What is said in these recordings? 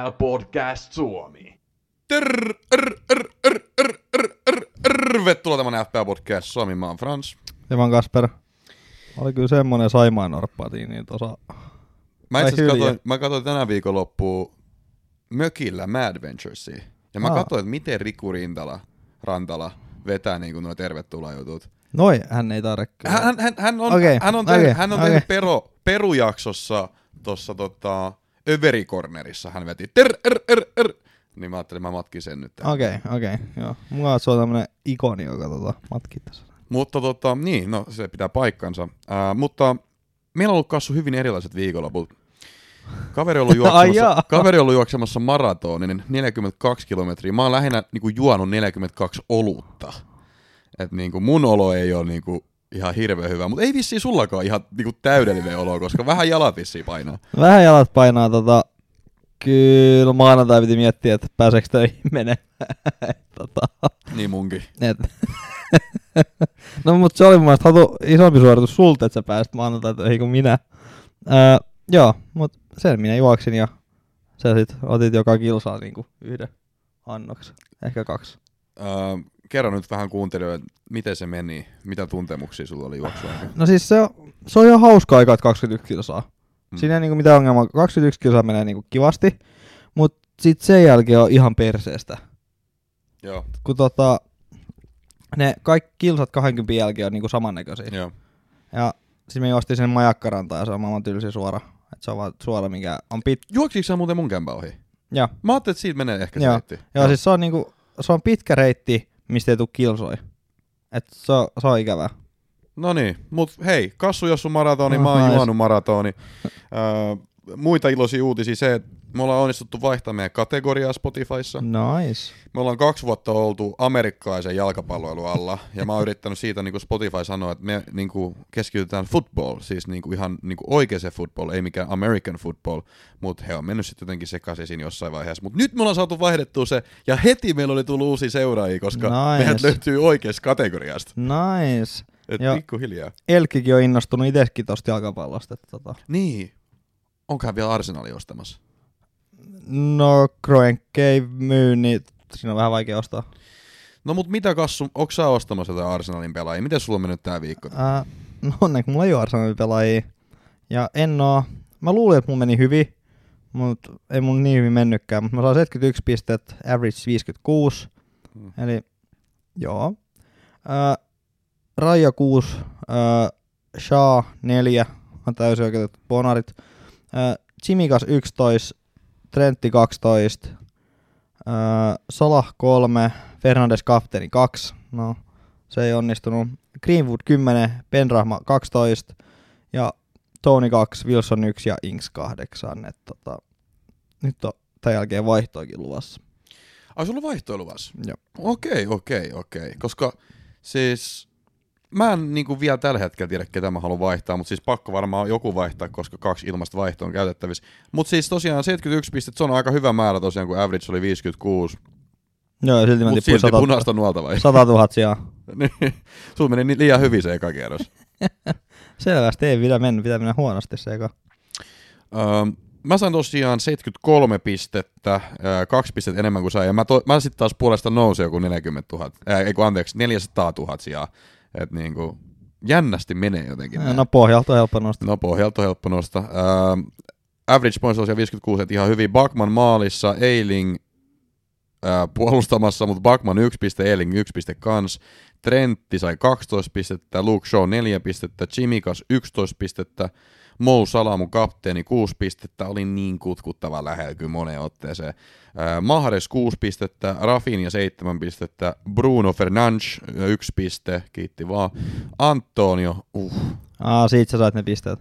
Podcast Suomi. Tervetuloa tämän FPL Podcast Suomi, mä oon Frans. Ja mä oon Kasper. Oli kyllä semmonen saimaannorppaatiin, niin tuossa... Mä katsoin tänä viikonloppuun mökillä Mad Adventuresia. Ja mä katsoin, että miten Riku Rantala vetää niinku nuo tervetuloa jutut. Noi, hän ei tarvitse. Hän on tehnyt Peru-jaksossa tossa Överikornerissa. Hän veti niin mä ajattelin, mä matkin sen nyt. Okei, joo. Mulla se on tämmönen ikoni, joka matkii tässä. Mutta niin, no se pitää paikkansa. Mutta meillä on ollut kasvu hyvin erilaiset viikonloput. Kaveri on ollut juoksemassa maratonin 42 kilometriä. Mä oon lähinnä niinku juonut 42 olutta. Et niinku mun olo ei ole niinku ihan hirveän hyvä, mutta ei vissiin sullakaan ihan niinku täydellinen olo, koska vähän jalat vissiin painaa. Vähän jalat painaa kyllä maanantai piti miettiä, että pääseekö töihin menemään. Niin munkin. No mut se oli mun mielestä isompi suoritus sulta, että sä pääsit maanantai töihin kuin minä. Joo, mut sen minä juoksin ja sä sit otit joka kilsaa niinku yhden annoksen, ehkä 2. Kerro nyt vähän kuuntelijoille, miten se meni, mitä tuntemuksia sulla oli juoksua? No siis se on ihan hauska aika, että 21 kilsaa. Siinä ei niinku mitään ongelmaa, 21 kilsaa menee niinku kivasti, mut sit sen jälkeen on ihan perseestä. Joo. Kun ne kaikki kilsat 20 jälkeen on niinku samannäköisiä. Joo. Ja sit me juostiin sen majakkarantaan ja se on maailman tylsi suora. Et se on vaan suora, mikä on Juoksitko sä muuten mun kämpää ohi? Joo. Mä ajattelin, että siitä menee ehkä se reitti. Joo, siis se on niinku, se on pitkä reitti, mistä ei tuu kilsoi. Et se on ikävää. No niin, mut hei, Kassu Jossu maratoni, mä oon juonut maratoni. Muita iloisia uutisia se, että me ollaan onnistuttu vaihtamaan meidän kategoriaa Spotifyssa. Nice. Me ollaan 2 vuotta oltu amerikkalaisen jalkapalloilun alla, ja mä oon yrittänyt siitä, niin kuin Spotify sanoo, että me niin kuin keskitytään football, siis niin kuin ihan niin kuin oikeeseen football, ei mikään American football, mutta he on mennyt sitten jotenkin sekaisin siinä jossain vaiheessa. Mutta nyt me ollaan saatu vaihdettua se, ja heti meillä oli tullut uusia seuraajia, koska meidät löytyy oikeasta kategoriasta. Nice. Et pikkuhiljaa. Elkkikin on innostunut itsekin tosta jalkapallosta. Niin. Onkohan vielä Arsenali ostamassa? No, Kroenke ei myy, niin siinä on vähän vaikea ostaa. No mut mitä Kassu, onko sä ostamassa jotain Arsenalin pelaajia? Miten sulla on mennyt tää viikko? No onneksi mulla ei ole Arsenalin pelaajia. Ja mä luulin, että mun meni hyvin, mutta ei mun niin hyvin mennytkään. Mutta mä saan 71 pistet, average 56. Eli joo. Raija 6, Shaw 4, on täysin oikeutettu bonarit. Tsimikas 11, Trentti 12, Salah 3, Fernandes kapteeni 2, no se ei onnistunut. Greenwood 10, Benrahma 12 ja Tony 2, Wilson 1 ja Ings 8. Nyt on tämän jälkeen vaihtoikin luvassa. Ai sulla on vaihtoja luvassa? Joo. Okei. Koska siis mä en niinku vielä tällä hetkellä tiedä, ketä mä haluan vaihtaa, mutta siis pakko varmaan joku vaihtaa, koska 2 ilmasta vaihtoa on käytettävissä. Mutta siis tosiaan 71 pistettä, se on aika hyvä määrä tosiaan, kun average oli 56. Joo, silti mä tippuin punaista nuolta vai? 100 000 sijaan. Niin, sulla meni liian hyvin se eka kierros. Selvästi ei pitää mennä huonosti se eka. Mä sain tosiaan 73 pistettä, 2 pistettä enemmän kuin sä, ja mä sitten taas puolesta nousin joku 40 000, 400 000 sijaan. Että niinku jännästi menee jotenkin. No pohjalta on helppo nostaa. Average points tosiaan 56, että ihan hyvin. Backman maalissa, Eiling puolustamassa, mutta Backman 1 piste, Eiling 1 piste kans. Trentti sai 12 pistettä, Luke Shaw 4 pistettä, Tsimikas 11 pistettä, Mo Salah mun kapteeni 6 pistettä, oli niin kutkuttava lähellä kyllä moneen otteeseen. Mahrez 6 pistettä, Rafinha 7 pistettä, Bruno Fernandes 1 piste, kiitti vaan. Antonio, siitä sä sait ne pisteet.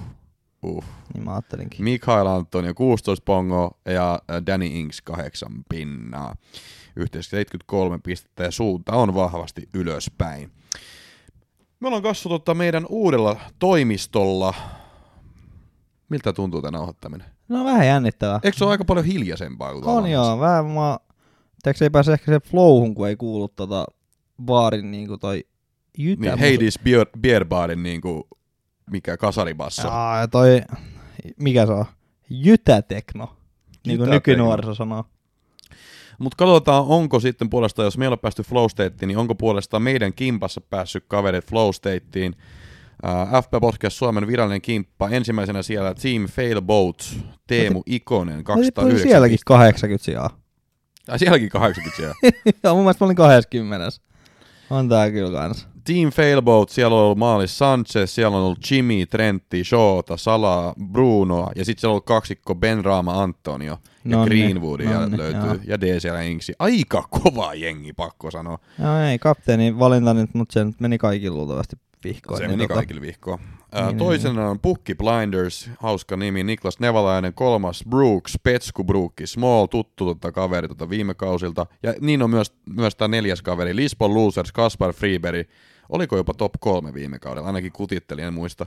Niin mä ajattelinkin. Mikael Antonio 16 pongo ja Danny Ings 8 pinnaa. Yhteensä 73 pistettä ja suunta on vahvasti ylöspäin. Me ollaan Kassu meidän uudella toimistolla. Miltä tuntuu tämä nauhoittaminen? No vähän jännittävää. Eikö se ole aika paljon hiljaisempaa kuin on joo, vähän ei pääse ehkä se flowhun, kun ei kuulu baarin niinku toi jytä. Niin, Hades Beer Barin niinku, mikä kasaribasso. Mikä se on? Jytätekno. niin kuin nykynuoriso sanoo. Mutta katsotaan, onko sitten puolestaan, jos meillä on päästy Flow Stateen, niin onko puolestaan meidän kimpassa päässyt kaverit Flow Stateen. FP Podcast Suomen virallinen kimppa. Ensimmäisenä siellä Team Failboat, Teemu Ikonen, 209. Sielläkin 80 sijaa. Sielläkin 80 sijaa. Joo, mun mielestä mä olin 20. On tää kyllä kans. Team Failboat, siellä on ollut maalis Sanchez, siellä on ollut Jimmy, Trentti, Shota, Salah, Bruno, ja sitten siellä on ollut kaksikko Ben Rama, Antonio ja Greenwood löytyy, joo. Ja DCL Inksi. Aika kova jengi, pakko sanoa. Joo, ei kapteenin valinta nyt, mutta se nyt meni kaikille luultavasti vihkoon. Se meni kaikille vihkoon. Toisena on Pukki Blinders, hauska nimi, Niklas Nevalainen, kolmas Brooks, Petsku Brooki, Small, tuttu kaveri viime kausilta. Ja niin on myös tämä neljäs kaveri, Lisbon Losers, Kaspar Freeberg. Oliko jopa top 3 viime kaudella? Ainakin kutitteli, en muista.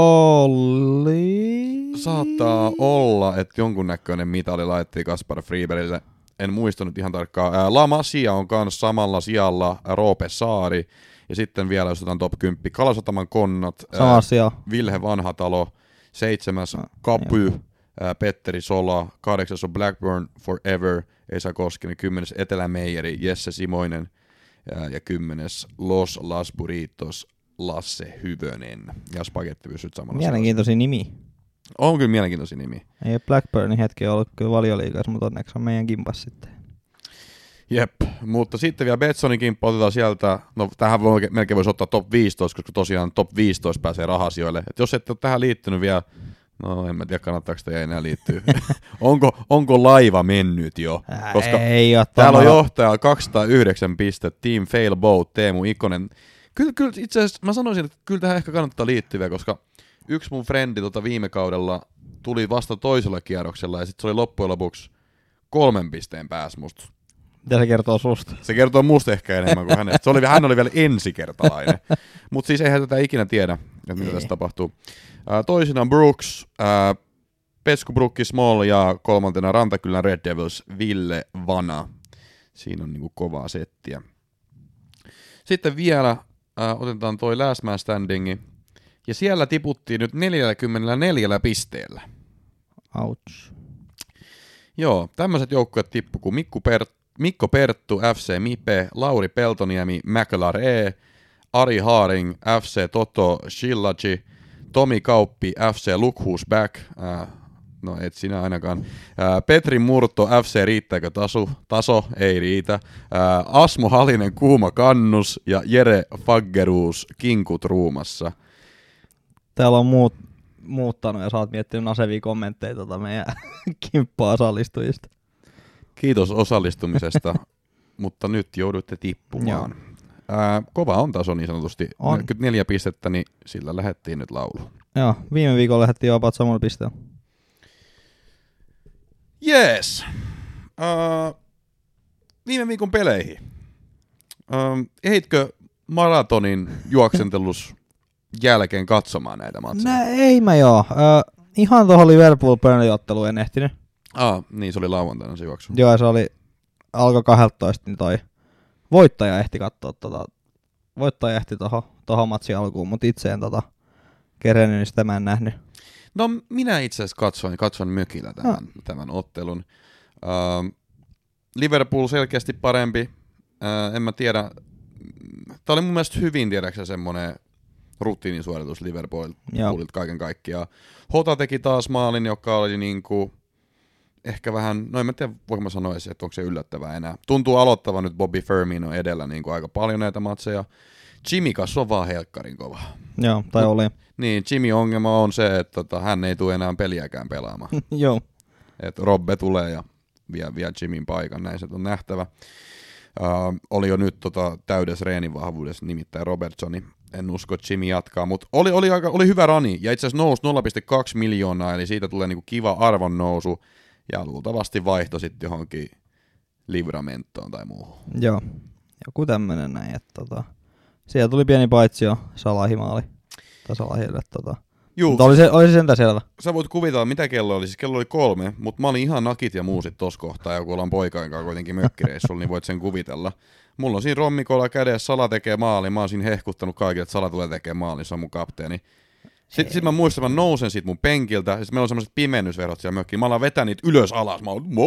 Oli. Saattaa olla, että jonkunnäköinen mitali laitettiin Kaspar Freebergille. En muistanut ihan tarkkaan. La Masia on myös samalla sijalla, Roope Saari. Ja sitten vielä, jos otetaan top 10, Kalasataman Konnat, Vilhe Vanhatalo, 7. Kapy, Petteri Sola, 8. on Blackburn Forever, Esa Koskinen, 10. Etelämeijeri, Jesse Simoinen ja 10. Los Las Burritos, Lasse Hyvönen. Ja Spagetti pysyt samalla. Mielenkiintoisia nimi. On kyllä mielenkiintoisia nimi. Ei ole Blackburnin hetki ollut kyllä Valioliigassa, mutta onneksi on meidän kimpas sitten. Jep, mutta sitten vielä Betsonin kimppa otetaan sieltä, no tähän melkein voisi ottaa top 15, koska tosiaan top 15 pääsee rahasijoille. Et jos et ole tähän liittynyt vielä, no en mä tiedä kannattaako sitä enää liittyä. onko laiva mennyt jo? Koska ei ole täällä on johtaja 209 pistettä, Team Failboat, Teemu Ikonen. Kyllä itse asiassa mä sanoisin, että kyllä tähän ehkä kannattaa liittyä, koska yksi mun frendi viime kaudella tuli vasta toisella kierroksella ja sitten se oli loppujen lopuksi 3 pisteen päässä musta. Mitä se kertoo susta? Se kertoo musta ehkä enemmän kuin hänestä. Hän oli vielä ensikertalainen. Mutta siis eihän tätä ikinä tiedä, että mitä tässä tapahtuu. Toisena Brooks, Pesku Brooki Small ja kolmantena Rantakylän Red Devils Ville Vana. Siinä on niinku kovaa settiä. Sitten vielä otetaan toi Last Man Standingi. Ja siellä tiputtiin nyt 44 pisteellä. Ouch. Joo, tämmöiset joukkueet tippu kuin Mikko Perttu, FC Mipe, Lauri Peltoniemi, McLaren, Ari Haaring, FC Toto, Shillaji, Tomi Kauppi, FC Lukhusback, no et sinä ainakaan, Petri Murto, FC Riittääkö taso, ei riitä, Asmo Halinen, Kuuma Kannus ja Jere Faggeruus, Kinkut Ruumassa. Täällä on muuttanut ja sä oot miettinyt nasevia kommentteja meidän kimppa-osallistujista. Kiitos osallistumisesta, mutta nyt joudutte tippumaan. Kova on taso niin sanotusti. On. 44 pistettä, niin sillä lähdettiin nyt lauluun. Joo, viime viikolla lähdettiin jopa samalla pisteellä. Jees. Viime viikon peleihin. Ehitkö maratonin juoksentelus jälkeen katsomaan näitä matseja? Ei mä joo. Ihan tuohon Liverpool-Burnley-otteluun en ehtinyt. Niin se oli lauantaina se juoksu. Joo, se alkoi 12, niin toi voittaja ehti katsoa voittaja ehti tohon matsin alkuun, mutta itse en kerennyt, niin sitä mä en nähnyt. No minä itse asiassa katsoin mökillä tämän ottelun. Liverpool selkeästi parempi. En mä tiedä. Tää oli mun mielestä hyvin tiedäksä semmonen rutiinisuoritus Liverpoolilta kaiken kaikkiaan. Hota teki taas maalin, joka oli niinku ehkä vähän, no en mä tiedä, voinko mä sanoa että onko se yllättävää enää. Tuntuu aloittavan nyt Bobby Firmino edellä niin kuin aika paljon näitä matseja. Jimmy kanssa on vaan helkkarin kova. Joo, tai oli. Niin, Jimmy ongelma on se, että hän ei tule enää peliäkään pelaamaan. Joo. Että Robbe tulee ja vie Jimmyn paikan, näin se on nähtävä. Oli jo nyt täydessä reenin vahvuudessa, nimittäin Robertsoni. En usko, että Jimmy jatkaa, mutta oli hyvä rani. Ja itse asiassa nousi 0,2 miljoonaa, eli siitä tulee niinku kiva arvon nousu. Ja luultavasti vaihto sitten johonkin Livramentoon tai muuhun. Joo, joku tämmönen näin, että siellä tuli pieni paitsio Salahimaali. Tai Salahille, mutta oli se sentään selvä. Sä voit kuvitella, mitä kello oli. Siis kello oli 3, mutta mä olin ihan nakit ja muusit tossa kohtaa, ja kun ollaan poikain kanssa kuitenkin mökkireissulla, niin voit sen kuvitella. Mulla on siinä rommikolla kädessä, Sala tekee maali, mä oon siinä hehkuttanut kaikille, että Sala tulee tekemään maali, se on mun kapteeni. Sitten mä muistan, mä nousen siitä mun penkiltä, ja meillä on semmoiset pimennysverot siellä mökkiin. Mä alan vetää niitä ylös alas. Mä oon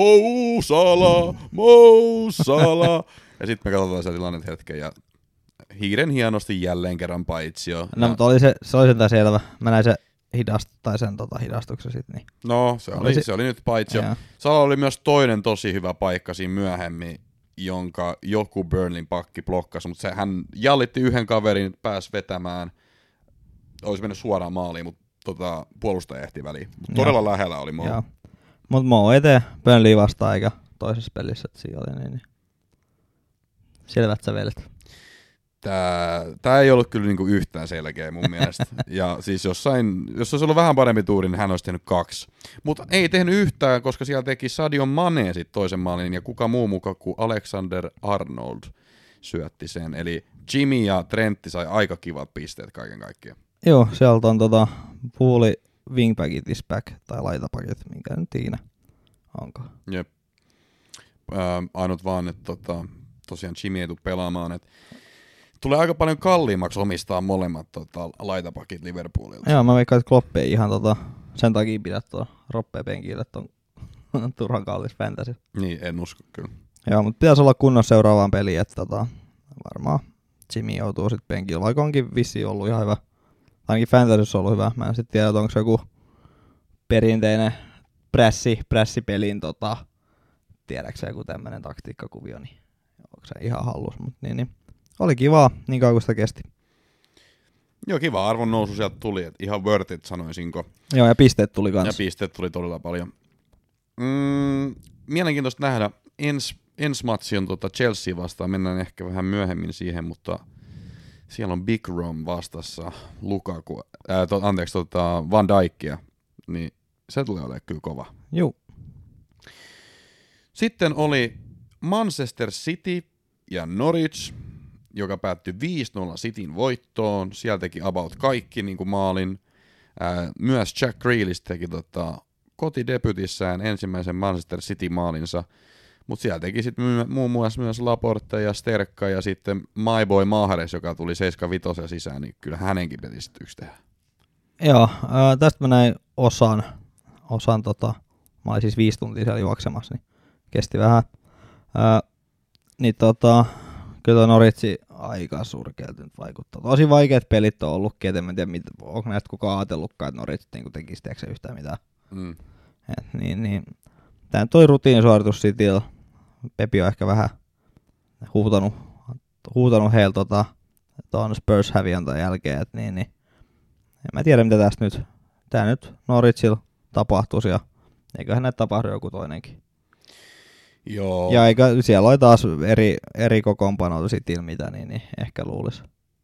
Mo Salah. Ja sitten me katsotaan sitä tilannet hetken, ja hiiren hienosti jälleen kerran paitsio. No, mutta oli se oli sentään selvä. Mä näin se hidastuksen sitten. Niin. No, se oli nyt paitsio. Salah oli myös toinen tosi hyvä paikka siinä myöhemmin, jonka joku Burnleyn pakki blokkasi, mutta hän jallitti yhden kaverin, pääsi vetämään. Olisi mennyt suoraan maaliin, mutta puolustaja ehti väliin. Todella lähellä oli Mo. Mutta Mo eteen Burnley vastaan eikä toisessa pelissä, että siinä oli niin. Selvät sävelet. Tää ei ollut kyllä niinku yhtään selkeä mun mielestä. Ja siis jos olisi ollut vähän parempi tuuri, niin hän olisi tehnyt 2. Mutta ei tehnyt yhtään, koska siellä teki Sadio Mane sit toisen maalin, ja kuka muu mukaan kuin Alexander Arnold syötti sen. Eli Jimmy ja Trentti sai aika kivat pisteet kaiken kaikkiaan. Joo, sieltä on puuli wingbackit is back, tai laitapakit, minkä nyt ikinä onko. Jep. Ainut vaan, että tosiaan Jimmy ei tule pelaamaan, että tulee aika paljon kalliimmaksi omistaa molemmat laitapakit Liverpoolilta. Joo, mä veikkaan, että Klopp ei ihan sen takia pidä tuon roppeen penkille, että on turhan kallis fantasy. Niin, en usko kyllä. Joo, mutta pitäisi olla kunnossa seuraavaan peliin, että varmaan Jimmy joutuu sitten penkille, vaikka onkin vissiin ollut ihan hyvä. Ainakin fantasyssä on ollut hyvä. Mä en sitten tiedä, onko se joku perinteinen prässipelin tiedäksä joku tämmönen taktiikkakuvio, niin onko se ihan hallus, mutta niin. Oli kivaa, niin kauan kuin sitä kesti. Joo, kiva arvon nousu sieltä tuli, että ihan worth it sanoisinko. Joo, ja pisteet tuli kanssa. Ja pisteet tuli todella paljon. Mielenkiintoista nähdä. Ensi matsi on Chelsea vastaan, mennään ehkä vähän myöhemmin siihen, mutta siellä on Big Rom vastassa Lukaku, Van Dijkia, niin se tulee olemaan kyllä kova. Joo. Sitten oli Manchester City ja Norwich, joka päättyi 5-0 Cityn voittoon. Siellä teki about kaikki niin kuin maalin. Myös Jack Grealish teki kotidebytissään ensimmäisen Manchester City-maalinsa. Mutta siellä teki sitten muun muassa myös Laporte ja Sterkka ja sitten My Boy Mahrez, joka tuli 7-5 sisään, niin kyllä hänenkin piti sitten yksi tehdä. Joo, tästä mä näin osan mä olin siis 5 tuntia siellä juoksemassa, niin kesti vähän. Kyllä tuo Norwich aika surkealta nyt vaikuttaa. Tosi vaikeat pelit on ollutkin, en tiedä, onko näistä kukaan ajatellutkaan, että Norwich niin tekisi yhtään mitään. Niin. Tämä toi rutiinisuoritus Cityllä. Pepi on ehkä vähän huutanut heiltä tuon Spurs-häviön jälkeen, että niin. En mä tiedä, mitä tästä nyt. Tää nyt Norwichilla tapahtuisi ja eiköhän näitä tapahdu joku toinenkin. Joo. Ja eikä, siellä oli taas eri kokoonpanoita Cityllä, mitä niin ehkä luulisi.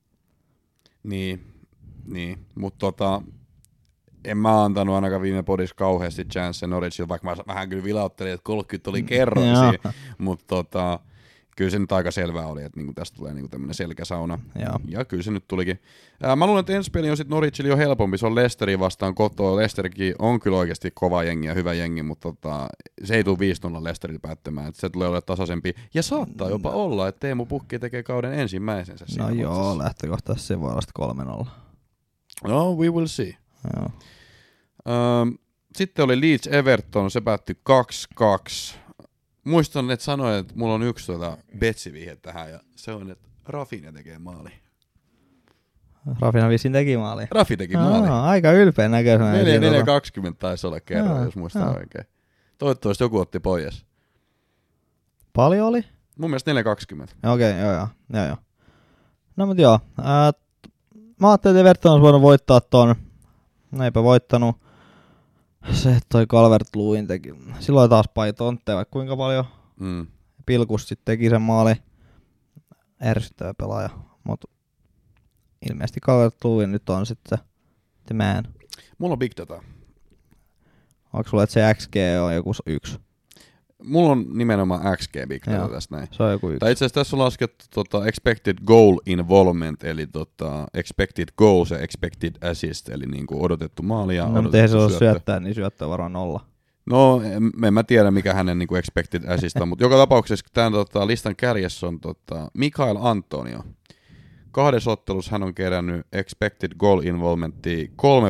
Niin. Mutta en mä antanut ainakaan viime podissa kauheasti chance Norwichilla, vaikka mä vähän kyllä vilauttelin, että 30 oli kerran siinä, mutta kyllä se nyt aika selvää oli, että niinku tästä tulee niinku tämmöinen selkäsauna. Ja kyllä se nyt tulikin. Mä luulen, että ensi peli on sitten Norwichilla jo helpompi, se on Leicesterin vastaan kotoa. Leicesterkin on kyllä oikeasti kova jengi ja hyvä jengi, mutta se ei tule 5-0 Leicesterillä päättämään, että se tulee olemaan tasaisempi. Ja saattaa jopa olla, että Teemu Pukki tekee kauden ensimmäisensä. No joo, lähtökohtaisesti se voi olla 3-0. No, we will see. Joo. Sitten oli Leeds Everton, se päättyi 2-2. Muistan, että sanoin, että mulla on yksi betsivihje tähän, ja se on, että Rafinha tekee maali. Rafinha vissiin teki maali. Rafi teki maali. Aika ylpeä näköinen. 4-20 taisi olla kerran, jos muistan oikein. Toivottavasti joku otti pois. Paljon oli? Mun mielestä 4-20. Okei, joo. No mut joo. Mä ajattelin, että Everton olisi voinut voittaa ton. Eipä voittanut. Se toi Calvert-Lewin teki. Silloin taas paitontteja vaikka kuinka paljon. Pilkus sitten teki sen maali. Ärsyttävä pelaaja. Mut ilmeisesti Calvert-Lewin nyt on sitten the man. Mulla on big data. Onko sulla, että se XG on joku 1? Mulla on nimenomaan XG big data tästä näin. Se on joku 1. Tai itse asiassa tässä on laskettu expected goal involvement, eli expected goals ja expected assist, eli niinku odotettu maali ja odotettu eihän se ole syöttää, niin syöttää varmaan 0. No, en mä tiedä mikä hänen niinku expected assist on, mutta joka tapauksessa tämän listan kärjessä on Mikael Antonio. 2 ottelussa hän on kerännyt expected goal involvementia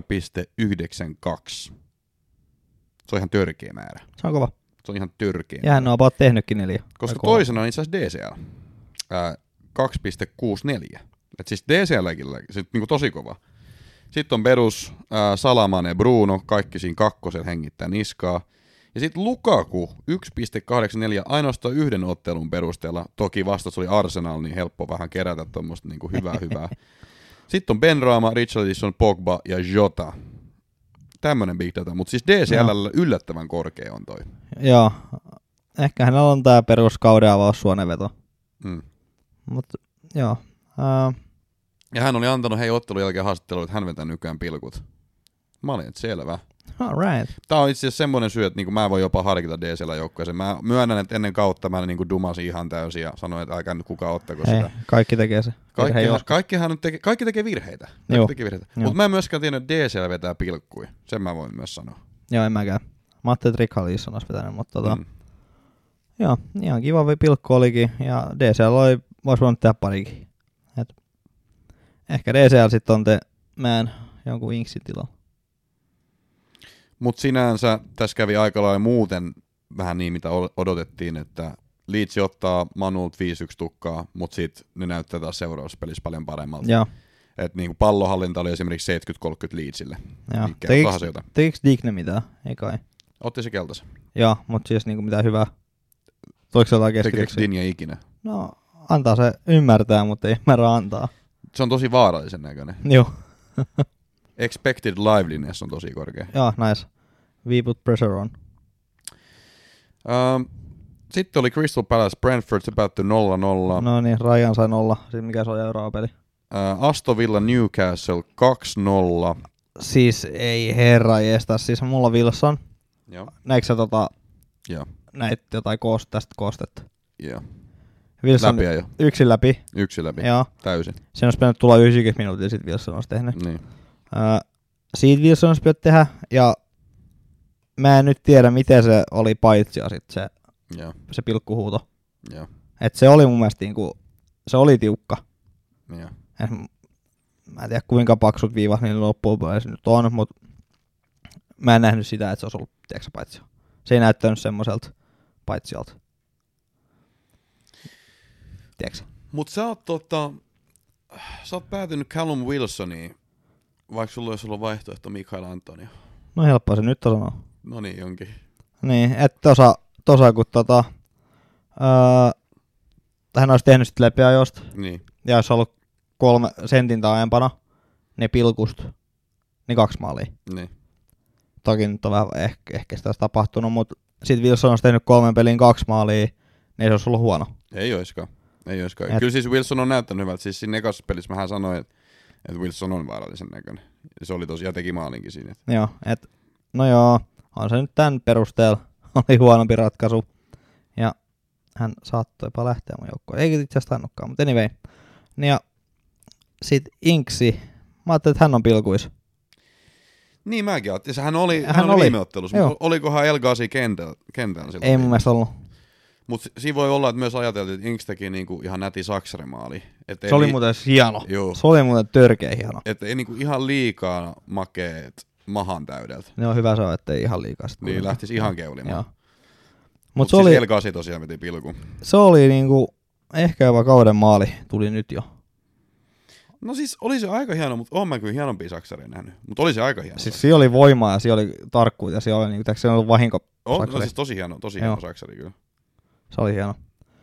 3,92. Se on ihan törkeä määrä. Se on kova. Se on ihan törkeä. Ja hän on about tehnytkin 4. Koska toisena on itse asiassa DCL. 2,64. Et siis DCL:kin sit niinku tosi kova. Sitten on perus Salamane ja Bruno, kaikki siinä kakkosella hengittää niskaa. Ja sitten Lukaku 1,84 ainoastaan 1 ottelun perusteella. Toki vastas oli Arsenal, niin helppo vähän kerätä tuommoista niinku hyvää. Sitten on Benrahma, Richarlison, Pogba ja Jota. Tämmönen big data, mutta siis DCL yllättävän korkea on toi. Joo, ehkä hänellä on tää peruskauden avaussuonenveto. Mutta joo. Ja hän oli antanut ottelun jälkeen haastattelua, että hän vetää nykyään pilkut. Mä olin, että selvä. Alright. Tää on itse asiassa semmonen syy, että niinku mä voin jopa harkita DCL-joukkueeseen. Mä myönnän, että ennen kautta mä niinku dumasin ihan täysin ja sanoin, että älkää nyt kukaan ottako sitä. Kaikki tekee se. Kaikki tekee virheitä. Mutta mä en myöskään tiedä, että DCL vetää pilkkuja. Sen mä voin myös sanoa. Joo, en mäkään. Mä ajattelin, että Richarlison olisi vetänyt, mutta joo, ihan kiva pilkku olikin. Ja DCL voisi voinut tehdä parikin. Ehkä DCL sitten on jonkun Inksin tilalla. Mutta sinänsä tässä kävi aika lailla muuten vähän niin, mitä odotettiin, että Leeds ottaa Manult 5-1 tukkaa, mutta sitten ne näyttää taas seuraavassa pelissä paljon paremmalta. Joo. Että niinku pallohallinta oli esimerkiksi 70-30 Leedsille. Joo. Tekikö Digne mitään? Ei kai. Otti se keltaisen. Joo, mutta siis niinku mitään hyvää. Tuliko se jotain keskityksiä? Tekeekö Dinja ikinä? No, antaa se ymmärtää, mutta ei ymmärrä antaa. Se on tosi vaarallisen näköinen. Joo. Expected liveliness on tosi korkea. Joo, nice. We put pressure on. Sitten oli Crystal Palace Brentford, se päättyi 0-0. No niin, Ryan sai 0. Siis mikä se on seuraava peli? Aston Villa Newcastle 2-0. Siis ei herra jestä, siis mulla Wilson. Joo. Näikö sä Joo. Näit jotain tästä koostetta? Joo. Wilson läpi jo. Yksin läpi. Joo. Täysin. Sen olisi pitänyt tulla 90 minuuttia, sit Wilson olisi tehnyt. Niin. Siitä Wilson olisi pitänyt tehdä, ja mä en nyt tiedä, miten se oli paitsia sit se pilkkuhuuto. Joo. Et se oli mun mielestä niinku, se oli tiukka. Joo. Mä en tiedä kuinka paksut viivat niin loppuun se nyt on, mutta mä en nähnyt sitä, että se olisi ollut paitsia. Se ei näyttänyt semmoiselta paitsialta. Tiedätkö? Mut sä oot päätynyt Callum Wilsoniin, vaikka sulla olisi ollut vaihtoehto Mikael Antonio. No helppoa se nyt on sanoa. No niin, jonkin. Niin, että tosa kun hän olisi tehnyt sit läpiajosta. Niin. Ja olisi ollut 3 sentin taempana ne pilkust, niin 2 maalia. Niin. Toki nyt on vähän ehkä sitä olisi tapahtunut, mutta sit Wilson olisi tehnyt 3 peliin 2 maalia, niin se olisi ollut huono. Ei oiskaan. Kyllä siis Wilson on näyttänyt hyvältä. Siis siinä ekassa pelissä mähän sanoin, että Wilson on vaarallisen näköinen. Se oli tosiaan teki maalinkin siinä. Joo, no joo, on se nyt tämän perusteella oli huonompi ratkaisu. Ja hän saattoipa lähteä mun joukkoon. Eikä itse asiassa tainnutkaan, mutta anyway. Ja sit Inksi, mä ajattelin, että hän on pilkuis. Niin mäkin ajattelin. Hän oli viime ottelussa, mutta olikohan El Ghazi kentällä silloin? Ei mun mielestä ollut. Mutta siinä voi olla, että myös ajateltiin, että Inks teki niinku ihan näti saksarimaali. Se oli muuten hieno. Joo. Se oli muuten törkeä hieno. Että ei niinku ihan liikaa makeet mahan täydeltä. Ne on hyvä se on, ettei ihan liikaa. Niin lähtisi ihan keulimaan. Mutta siis oli... El Ghazi tosiaan veti pilkun. Se oli niinku, ehkä jopa kauden maali tuli nyt jo. No siis oli se aika hieno, mutta oon mä kyllä hienompia saksaria nähnyt. Mutta oli se aika hieno. Siis siinä oli voimaa ja siinä oli tarkkuutta ja siinä oli niinku, se on vahinko saksari. No siis tosi hieno saksari kyllä. Se oli hieno.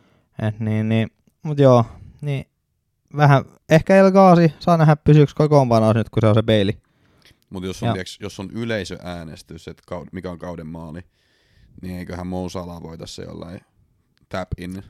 Mut joo, niin vähän, ehkä El Ghazi saa nähdä pysyykö kokoonpanossa nyt, kun se on se Bailey. Mutta jos on yleisöäänestys, että mikä on kauden maali, niin eiköhän Mo Salah voita se jollain tap in.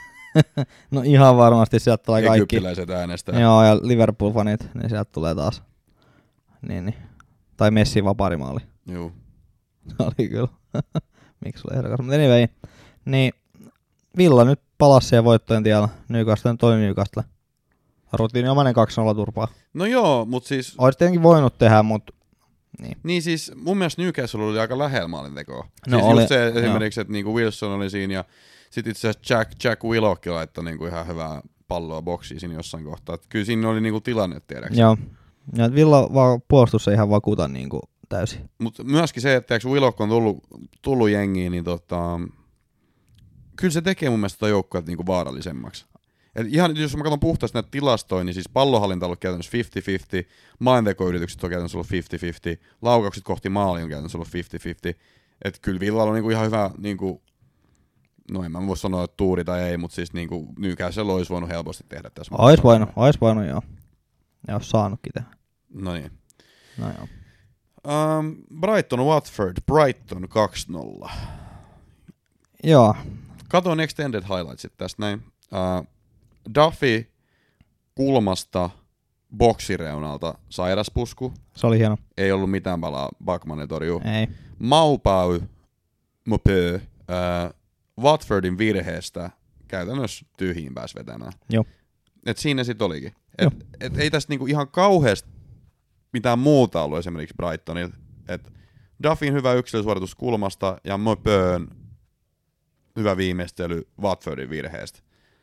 No ihan varmasti sieltä tulee kaikki. Egyptiläiset äänestää. Joo, ja Liverpool-fanit, niin sieltä tulee taas. Niin. Tai Messi vaparimaali. Joo. Se oli kyllä. Miksi sulle ehdokas? Mutta anyway, niin Villa nyt palasi siihen voittojen tiellä. Newcastle toi Newcastle. Rutiiniomainen 2-0 turpaa. No joo, mutta siis... Ois tietenkin voinut tehdä, mutta... Niin siis mun mielestä Newcastle oli aika lähellä maalintekoa. No siis oli, just se esimerkiksi, että niinku Wilson oli siinä ja sit itse asiassa Jack Willock laittoi niinku ihan hyvää palloa boksiin siinä jossain kohtaa. Et kyllä siinä oli niinku tilanne, tiedäksä. Joo. Ja Villa puolustus ei ihan vakuuta niinku täysin. Mutta myöskin se, että Willock on tullut jengiin, niin kyllä se tekee mun mielestä joukkueet niinku vaarallisemmaksi. Et ihan jos mä katson puhtaasti näitä tilastoja, niin siis pallohallinta on ollut käytännössä 50-50, maaintekoyritykset on käytännössä ollut 50-50, laukaukset kohti maali on käytännössä ollut 50-50. Että kyllä Villalla on niinku ihan hyvä, niinku, no en mä voi sanoa, että tuuri tai ei, mutta siis niinku Newcastle olisi voinut helposti tehdä tässä. Ois voinut joo. Ja olisi saanutkin tehdä. No niin. No joo. Brighton 2-0. Joo. Katoin extended highlightsit tästä näin. Duffy kulmasta boksireunalta sairaspusku. Se oli hieno. Ei ollut mitään palaa Backmanille torjuu. Ei. Maupau Watfordin virheestä käytännössä tyhjiin pääsi vetämään. Joo. Et siinä sit olikin. Et ei tästä niinku ihan kauheasti mitään muuta ollut esimerkiksi Brightonilla. Et Duffin hyvä yksilösuoritus kulmasta ja Mopön hyvä viimeistely Watfordin virheestä.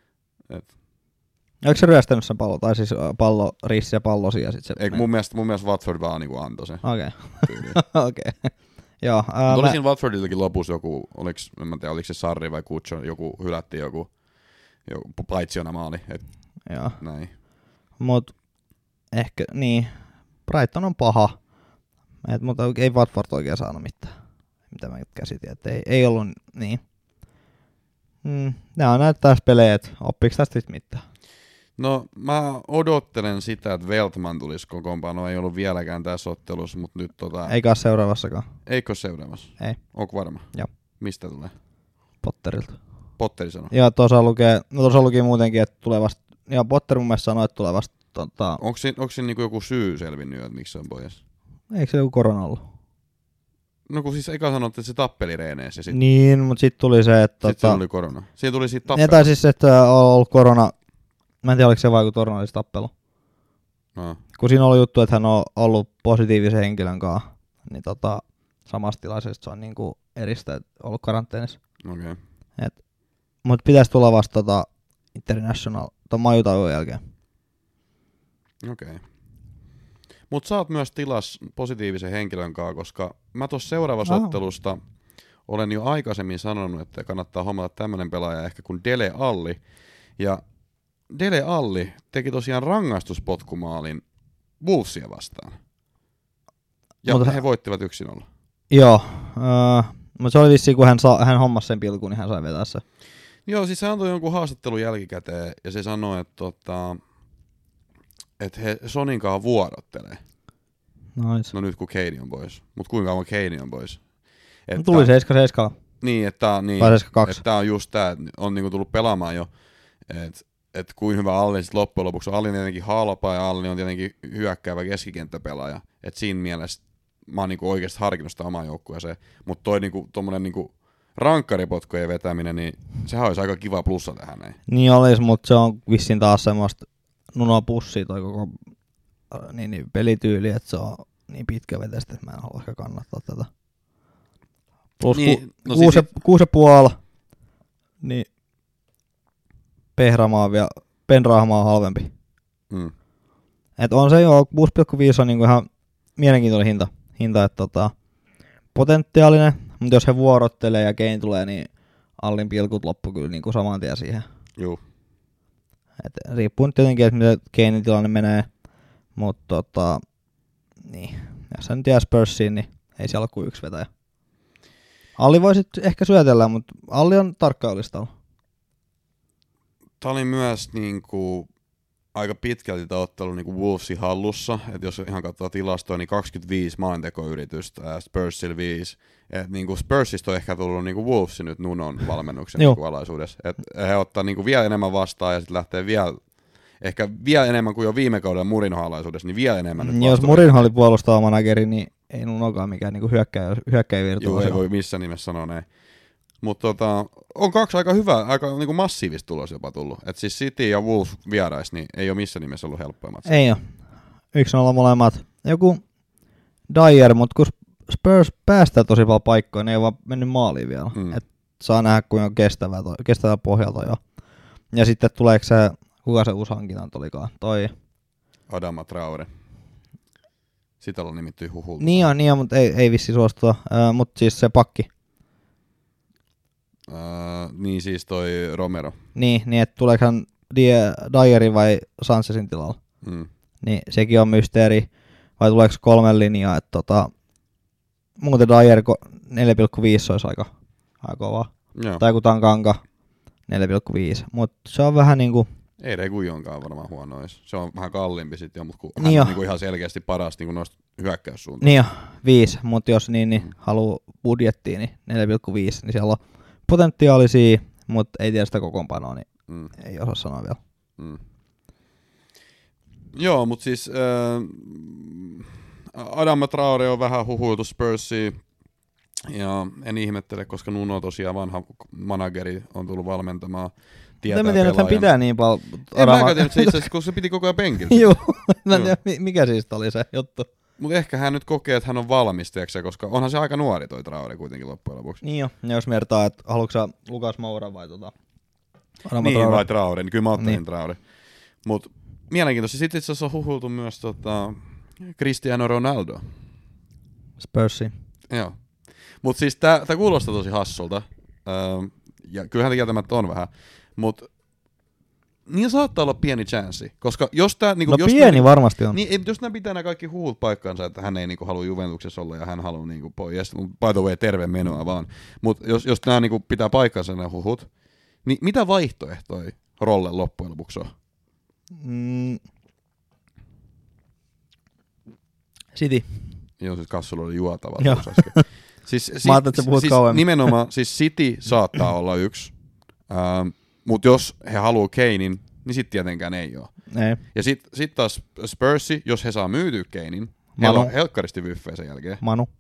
Oliko se ryöstänyt sen pallo? Tai siis pallo, rissi ja pallosi ja sit se... Ei, mun mielestä Watford vaan niinku antoi sen. Okei. Okei. Joo. Oli siinä Watfordillakin lopussa joku, en tiedä oliko se Sarri vai Kucho, joku hylättiin joku paitsiona maali. Joo. Näin. Mut ehkä, niin, Brighton on paha. Mutta ei Watford oikein saanut mitään. Mitä mä käsitin, että ei ollut niin. Nämä on näitä taas pelejä, että oppiiko tästä mitään? No mä odottelen sitä, että Veltman tulisi kokoonpano. Ei ollut vieläkään tässä ottelussa, mutta nyt Eikä ole seuraavassakaan. Eikö ole seuraavassa? Ei. Onko varma? Joo. Mistä tulee? Potterilta. Potteri sanoo? Joo, tuossa luki muutenkin, että tulee vasta, ja Potter mun mielestä sanoi, että tulee vasta Onko siinä niinku joku syy selvinnyt, että miksi se on pois? Eikö se joku korona ollut? No kun siis eikä sanottu, että se tappeli reeneissä. Niin, mutta sitten tuli se, että... Sitten se oli korona. Siinä tuli siitä tappelu. Tai siis, että on ollut korona. Mä en tiedä, oliko se vai, kun korona olisi tappelu. No. Kun siinä oli juttu, että hän on ollut positiivisen henkilön kanssa, niin samassa tilaisessa se on niinku eristä, ollut karanteenissa. Okei. Okay. Mutta pitäisi tulla vasta International ton majutauon jälkeen. Okei. Okay. Mutta sä oot myös tilas positiivisen henkilön kanssa, koska mä tuossa seuraavassa ottelusta olen jo aikaisemmin sanonut, että kannattaa hommata tämmönen pelaaja ehkä kuin Dele Alli. Ja Dele Alli teki tosiaan rangaistuspotkumaalin Wolvesia vastaan. Ja he voittivat 1-0. Joo, mutta se oli vissiin, kun hän hommasi sen pilkun, niin hän sai vetää se. Joo, siis hän antoi jonkun haastattelun jälkikäteen ja se sanoi, että he Soninkaan vuorottelee. Nice. No nyt kun Kane on pois. Mut kuinka kauan Kane on pois? No tuli 7-7. Niin, että tää on just tää, että on niinku tullut pelaamaan jo. Että kuin hyvä Alli sit loppujen lopuksi. Alli on tietenkin halpa ja Alli on tietenkin hyökkäävä keskikenttäpelaaja. Että siinä mielessä mä oon niinku oikeesti harkinnut sitä omaa joukkueeseen. Mut toi niinku tommonen niinku rankkaripotkojen vetäminen, niin sehän olisi aika kiva plussa tähän näin. Niin olisi, mutta se on vissiin taas semmoista nunoa pussia toi koko niin pelityyli, että se on niin pitkä vetästä, että mä en halua ehkä kannattaa tätä. Plus niin, 6,5, niin Penrahma on halvempi. Et on se jo, 6,5 on niinku ihan mielenkiintoinen hinta että potentiaalinen, mutta jos he vuorottelee ja Kane tulee, niin Allin pilkut loppu kyllä niinku saman tien siihen. Joo. Et riippuu nyt tietenkin, että miten Kanein tilanne menee, mutta niin, jos hän nyt jää Spursiin, niin ei siellä ole kuin yksi vetäjä. Alli voi sitten ehkä syötellä, mutta Alli on tarkkailistalla. Tämä oli myös niinku aika pitkälti tämä ottelu niinku Wolvesin hallussa, että jos ihan katsoo tilastoa, niin 25 maalintekoyritystä ja Spursilla 5. Et niinku Spursista on ehkä tullut niinku Wolves nyt Nunon valmennuksen niinku alaisuudessa. Et he ottaa niinku vielä enemmän vastaan ja sitten lähtee ehkä vielä enemmän kuin jo viime kaudella Mourinhon alaisuudessa, niin vielä enemmän nyt jos Mourinho oli puolustava manageri, niin ei Nunokaan mikään niinku hyökkäjävirtuosi. Joo, ei voi missään nimessä sanoa näin. Mutta on kaksi aika hyvää, aika niinku massiivista tulos jopa tullut. Et siis City ja Wolves vierais, niin ei ole missään nimessä ollut helppoja matseja. Ei ole. 1-0 molemmat. Joku Dyer, mutta kun Spurs päästää tosi paljon paikkoja, niin ei vaan mennyt maaliin vielä. Et saa nähdä, kuinka kestävää pohjalta jo. Ja sitten tuleeko se Kuka se uusi hankinta olikaan? Toi. Adama Traore. Sitä ollaan nimitty huhulta. Niin on, mutta ei vissi suostua. Mutta siis se pakki. Niin siis toi Romero. Niin että tuleekohan Dyerin vai Sanchezin tilalla. Niin sekin on mysteeri. Vai tuleeko 3 linjaa, että muuten Dyer 4,5 olisi aika kova. Joo. Tai kuten Kanka 4,5. Mutta se on vähän niinku... Ei Reguilonkaan varmaan huono olisi. Se on vähän kalliimpi sitten jo, mutta hän niin on niinku ihan selkeästi paras niinku noista hyökkäyssuuntaan. Niin jo, 5, mutta jos niin haluaa budjettiin, niin 4,5, niin siellä on potentiaalisia, mutta ei tiedä sitä kokoonpanoa, niin ei osaa sanoa vielä. Joo, mutta siis Adama Traore on vähän huhuiltu Spursiin, ja en ihmettele, koska Nuno tosiaan vanha manageri on tullut valmentamaan. En mä tiedä, että hän pitää niin paljon. En mäkään tiedä, itse asiassa, koska se piti koko ajan penkillä. Joo, mä en tiedä, mikä siitä oli se juttu. Mutta ehkä hän nyt kokee, että hän on valmis, tiiäksä, koska onhan se aika nuori toi Traore kuitenkin loppujen lopuksi. Niin jo, ja jos vertaa, että haluatko sä Lukas Moura vai Adama niin, Traore? Vai Traore, niin kyllä mä ottaisin niin. Traore. Mut mielenkiintoista. Sitten itse asiassa on huhuiltu myös Cristiano Ronaldo. Spursi. Joo. Mut siis tää kuulostaa tosi hassulta. Ja kyllähän tämä kieltämättä on vähän. Mut niin saattaa olla pieni chanssi, koska jos tää niinku jos pieni varmasti on. Niin jos nämä pitää nämä kaikki huut paikkaansa, että hän ei niinku halua Juventuksessa olla ja hän haluaa niinku pois. By the way, terve menoa vaan. Mut jos nämä niinku pitää paikkaansa nämä huhut, niin mitä vaihtoehtoja Rolle loppujen lopuksi on? City. Joo, siis Kassulla oli juotava. Mä ajattelin, että sä puhut kauemmin. Nimenomaan, siis City saattaa olla yksi, mutta jos he haluaa Kanein, niin sitten tietenkään ei ole. Ei. Ja sitten taas Spursi, jos he saa myytyä Kanein, heillä on helkkaristi vyffejä sen jälkeen.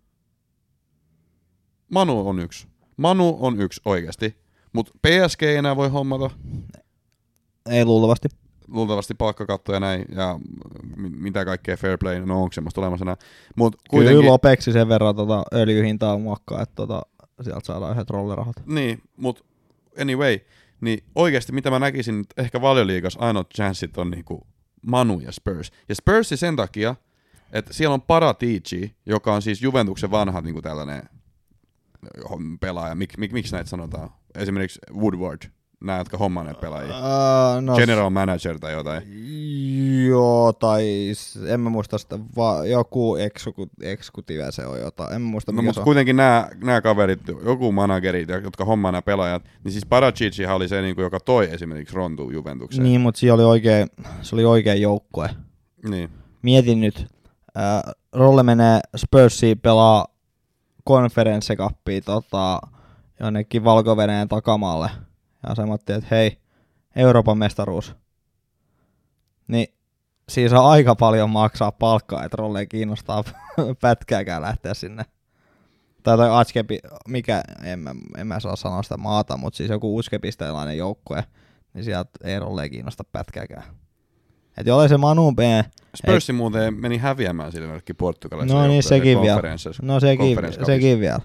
Manu on yksi oikeasti, mutta PSG ei enää voi hommata. Ei luultavasti. Luultavasti palkkakatto ja näin, ja mitä kaikkea fair play, no onko semmoista olemassa näin. Mut kuitenkin... Kyllä Lopeksi sen verran öljyhintaa muokkaa, että sieltä saadaan yhdet rollirahat. Niin, mutta anyway, niin oikeasti mitä mä näkisin, että ehkä Valioliigassa ainoat chanssit on niinku Manu ja Spurs. Ja Spursi sen takia, että siellä on Paratici, joka on siis Juventuksen vanha niinku tällainen pelaaja. Miksi näitä sanotaan? Esimerkiksi Woodward. Nämä, jotka hommaa näitä pelaajia. General manager tai jotain. Joo, tai en mä muista sitä, joku executive se on jotain. En mä muista mikä mutta kuitenkin nämä kaverit, joku managerit, jotka hommaa nämä pelaajat, niin siis Paracicihan oli se, joka toi esimerkiksi Rontu Juventukseen. Niin, mutta se oli oikea joukkue. Niin. Mietin nyt, Rolle menee Spursiin pelaa Conference Cupia jonnekin Valko-Venäjän takamaalle. Ja sanottiin, että hei, Euroopan mestaruus. Niin siinä saa aika paljon maksaa palkkaa, että Rolle ei kiinnostaa pätkääkään lähteä sinne. Tai Atskepi, mikä, en mä saa sanoa sitä maata, mutta siis joku uskepisteilainen joukkue, niin sieltä ei Rolle kiinnosta pätkääkään. Että jollei se Manu B... Spursi muuten meni häviämään sille jollekin portugalaiselle. No niin, sekin vielä. No sekin vielä.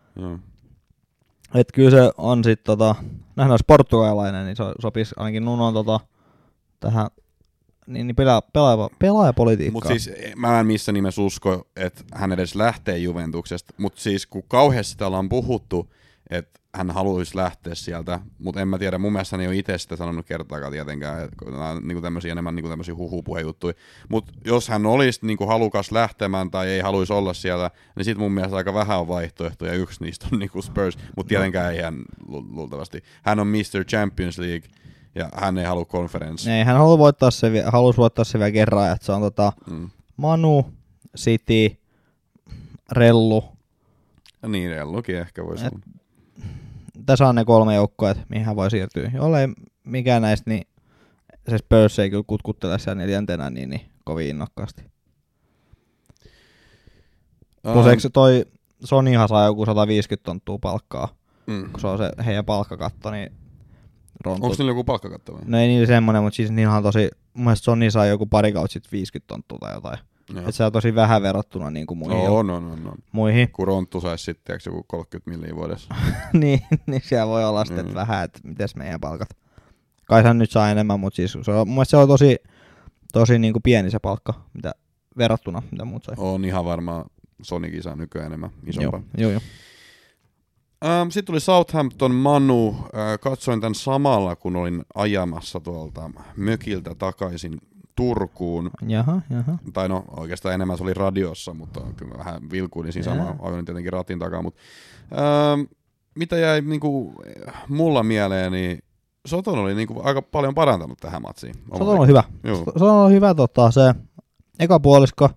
Että kyllä se on sit nähdään olisi portugalainen, niin se sopisi ainakin Nunon tähän niin pelaajapolitiikkaan. Mutta siis mä en missä nimessä usko, että hän edes lähtee Juventuksesta, mutta siis kun kauheasti täällä on puhuttu, että hän haluaisi lähteä sieltä, mutta en mä tiedä, mun mielestä hän ei ole itse sitä sanonut kertaakaan tietenkään, että niinku tämmöisiä enemmän niinku tämmöisiä huhupuhejuttuja, mutta jos hän olisi niinku halukas lähtemään tai ei haluaisi olla siellä, niin sit mun mielestä aika vähän on vaihtoehtoja, yksi niistä on niinku Spurs, mutta tietenkään ei hän luultavasti. Hän on Mr. Champions League ja hän ei halua Conference. Ei, hän haluaisi voittaa se vielä kerran, että se on Manu, City, Rellu. Niin, Rellukin ehkä voisi olla. Tässä on ne 3 joukkoa, mihin hän voi siirtyä. Jollei mikään näistä, niin se Spurs ei kyllä kutkuttele siellä 4. niin kovin innokkaasti. Plus eikö toi Sonyhan saa joku 150 tonttua palkkaa, kun se on se heidän palkkakatto, niin onko niillä joku palkkakatto vai? No ei niillä semmonen, mutta siis niillä on tosi, mun mielestä Sony saa joku pari kautta sit 50 tonttua tai jotain. Että se on tosi vähän verrattuna niin kuin muihin. Muihin. Kun Ronttu saisi sitten joku 30 milliä vuodessa. niin siellä voi olla sitten vähän, että mites meidän palkat. Kai hän nyt saa enemmän, mutta siis mun mielestä se on tosi niin kuin pieni se palkka, mitä verrattuna, mitä muut sai. On ihan varmaan Sonikin saa nykyään enemmän isompaa. Joo. Sitten tuli Southampton Manu. Katsoin tämän samalla, kun olin ajamassa tuolta mökiltä takaisin Turkuun. Jaha. Tai no oikeastaan enemmän se oli radiossa, mutta kyllä vähän vilkuilin siinä samalla. Ajoin tietenkin ratin takaa. Mutta, mitä jäi niinku, mulla mieleen, niin Soton oli niinku aika paljon parantanut tähän matsiin. Soton on hyvä. Soton on hyvä se eka puolisko.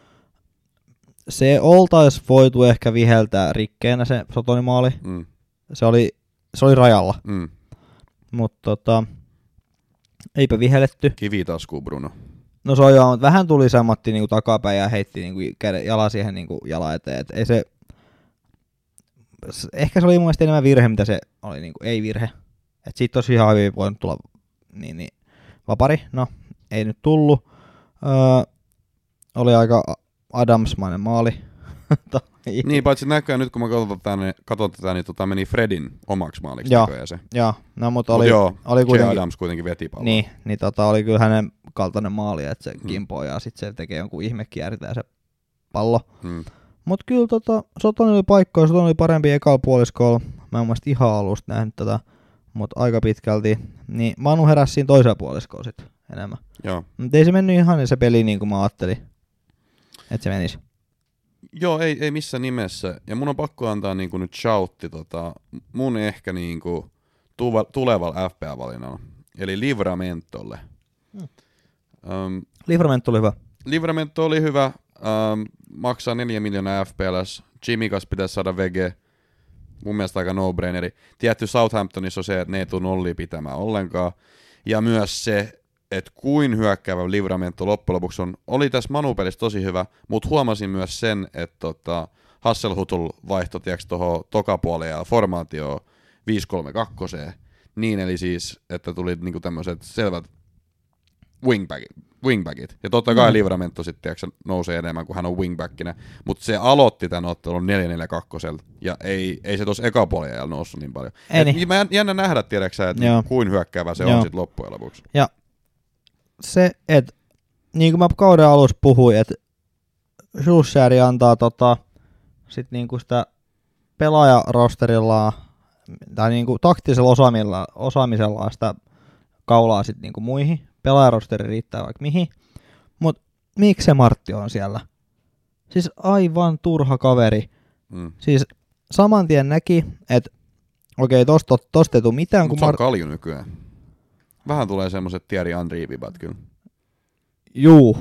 Se oltais voitu ehkä viheltää rikkeenä se Sotonin maali. Se oli rajalla. Mutta eipä vihelletty. Kivitasku, Bruno. No se on joo, mutta vähän tuli sammatti niinku takapäin ja heitti niinku jala siihen niinku jala eteen. Et ei se, ehkä se oli mun mielestä enemmän virhe, mitä se oli, niinku, ei virhe. Et siitä olisi ihan hyvin voinut tulla niin, vapari. No, ei nyt tullut. Oli aika Adamsmainen maali. Niin, paitsi näköjään nyt kun mä katson tätä, niin meni Fredin omaksi maaliksi näköjään se. Joo, no mutta oli kuitenkin Adams kuitenkin veti palloa. Niin oli kyllä hänen kaltainen maali, että se kimpoo ja sitten se tekee jonkun ihmekiertää se pallo. Mut kyllä Soton oli paikkoja, Soton oli parempi ekalla puoliskolla. Mä en mielestä ihan alusta nähnyt tätä, mutta aika pitkälti. Niin Manu heräsi siinä toisella puoliskolla sitten enemmän. Joo. Mutta ei se mennyt ihan niin se peli niin kuin mä ajattelin, että se menisi. Joo, ei missään nimessä. Ja mun on pakko antaa niinku nyt shoutti mun ehkä niinku tulevalla FPA-valinnalla. Eli Livramentolle. Livramento oli hyvä. Livramento oli hyvä. Maksaa 4 miljoonaa FPLs. Chimikas pitäisi saada VG. Mun mielestä aika no-braineri. Tietty Southamptonissa on se, että ne ei tule nollia pitämään ollenkaan. Ja myös se, että kuin hyökkäävä Livramento loppujen lopuksi oli tässä Manu-pelissä tosi hyvä, mutta huomasin myös sen, että Hasselhutul vaihtoi tuohon tokapuoleen ja formaatioon 5-3-2. Niin, eli siis, että tuli niinku tämmöiset selvät wingbackit. Ja totta kai Livramento sitten nousee enemmän, kuin hän on wingbackinä, mutta se aloitti tämän ottelun 4-4-2. Ja ei se tuossa ekapuolella noussut niin paljon. Mä jännä nähdä, tiedäksä, että kuin hyökkäävä se on sitten loppujen lopuksi. Ja se, että niin kuin mä kauden alussa puhuin, että Solskjaer antaa sit niinku sitä pelaajarosterillaan tai niinku taktisella osaamisellaan sitä kaulaa sit niinku muihin. Pelaajarosteri riittää vaikka mihin. Mut miksi se Martti on siellä? Siis aivan turha kaveri. Siis saman tien näki, että okei, tosta ei tule mitään. Mut se on kalju nykyään. Vähän tulee semmoset Thierry Henry-vibat kyllä. Juu.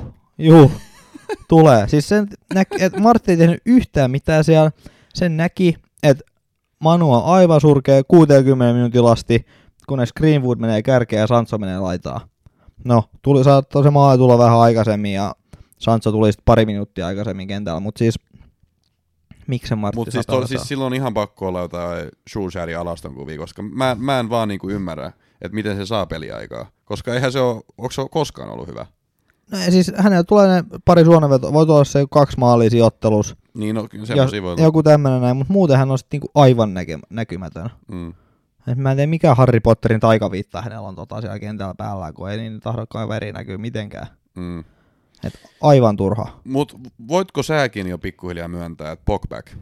Tulee. Siis sen että Martti ei tehnyt yhtään mitään siellä. Sen näki, että Manu on aivan surkea 60 minuutin asti, kunnes Greenwood menee kärkeen ja Sancho menee laitaan. No, saattoi se maali tulla vähän aikaisemmin ja Sancho tuli sitten pari minuuttia aikaisemmin kentällä, mutta siis miksi Martti siis silloin on ihan pakko olla jotain Solskjaerin alastonkuvia, koska mä en vaan niinku ymmärrä, että miten se saa peliaikaa, koska eihän se ole, onko se koskaan ollut hyvä? No siis hänellä tulee ne pari suonenvetoa, voi tulla se 2 maalia sijoittelussa. Niin, no semmosia voi olla. Joku tämmönen näin, mutta muuten hän on sitten niinku aivan näkymätön. Mä en tiedä mikä Harry Potterin taikaviitta hänellä on siellä kentällä päällä, kun ei niin tahdo kaveri näkyy mitenkään. Et aivan turha. Mut voitko säkin jo pikkuhiljaa myöntää, että Pogback?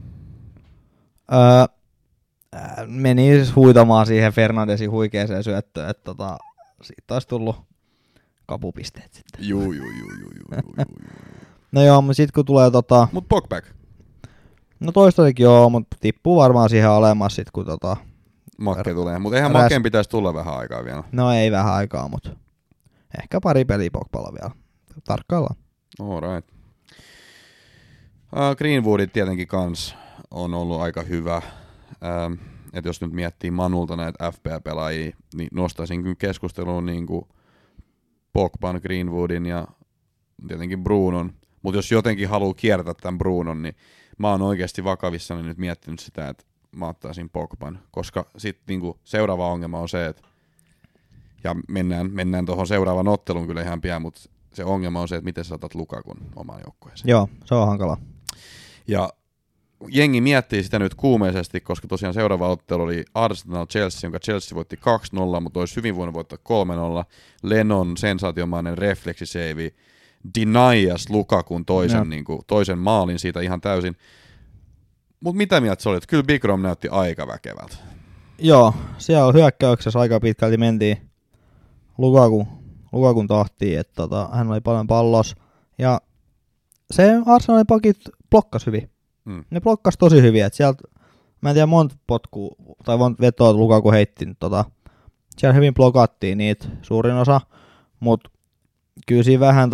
Meni huitamaan siihen Fernandesin huikeeseen syöttöön, että siitä olisi tullut kapupisteet sitten. Juu. No joo, mutta sit kun tulee Mut Pogback? No toistaiseksi joo, mutta tippuu varmaan siihen alemmas sit kun Makke tulee, mutta eihän Makkeen pitäisi tulla vähän aikaa vielä. No ei vähän aikaa, mutta ehkä pari peliä Pogballa vielä. Tarkkaillaan. Alright. Greenwoodit tietenkin kans on ollut aika hyvä. Että jos nyt miettii Manulta näitä FPA-pelaajia, niin nostaisin kyllä keskusteluun niinku Pogban, Greenwoodin ja tietenkin Brunon. Mutta jos jotenkin haluaa kiertää tämän Brunon, niin mä oon oikeasti vakavissani nyt miettinyt sitä, että mä ottaisin Pogban, koska sitten niinku seuraava ongelma on se, että ja mennään tuohon seuraavaan otteluun kyllä ihan pian, mutta se ongelma on se, että miten sä otat Lukakun omaan joukkueeseen. Joo, se on hankala. Ja jengi miettii sitä nyt kuumeisesti, koska tosiaan seuraava ottelu oli Arsenal-Chelsea, jonka Chelsea voitti 2-0, mutta olisi hyvin voinut voittaa 3-0. Lennon sensaatiomainen refleksiseivi denias Lukakun toisen maalin siitä ihan täysin. Mutta mitä mieltä se oli? Kyllä Big Rom näytti aika väkevältä. Joo, siellä hyökkäyksessä aika pitkälti mentiin Lukakun tahtiin, että hän oli paljon pallos. Ja se Arsenalin pakit blokkas hyvin. Ne blokkas tosi hyvin, että sieltä, mä en tiedä monta potkua tai monta vetoa Lukaku heitti, siellä hyvin blokattiin niitä suurin osa, mutta kyllä siinä vähän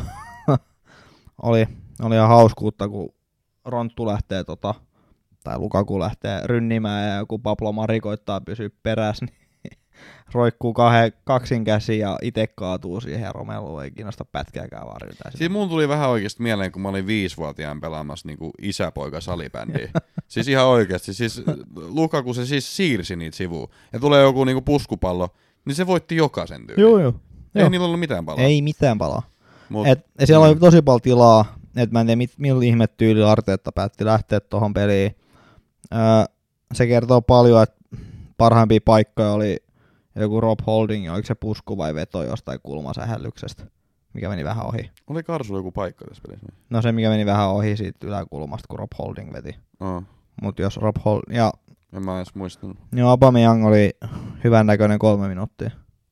oli ihan hauskuutta, kun Ronttu lähtee tai Lukaku lähtee rynnimään ja joku Pablo Mari koittaa pysyä perässä, niin roikkuu kaksin käsiin ja itse kaatuu siihen ja Romelu ei kiinnosta pätkääkään vaan ryntää. Siis mun tuli vähän oikeasti mieleen, kun mä olin 5-vuotiaan pelaamassa niin kuin isäpoika salibändiä. Siis ihan oikeasti. Siis Lukaku se siis siirsi niitä sivuun. Ja tulee joku niin kuin puskupallo, niin se voitti jokaisen tyyliin. Joo. Ei niillä ollut mitään palaa. Ei mitään palaa. Ja siellä oli tosi paljon tilaa, että mä en tiedä millä ihme tyyli Arteetta päätti lähteä tuohon peliin. Se kertoo paljon, että parhaimpia paikkoja oli joku Rob Holding, oliko se pusku vai veto jostain kulmasähällyksestä, mikä meni vähän ohi. Oli Karsulla joku paikka tässä pelissä? No se, mikä meni vähän ohi siitä yläkulmasta, kun Rob Holding veti. Mut jos Rob Holding... Ja... En mä edes muistanut. Joo, Aubameyang oli hyvän näköinen 3 minuuttia.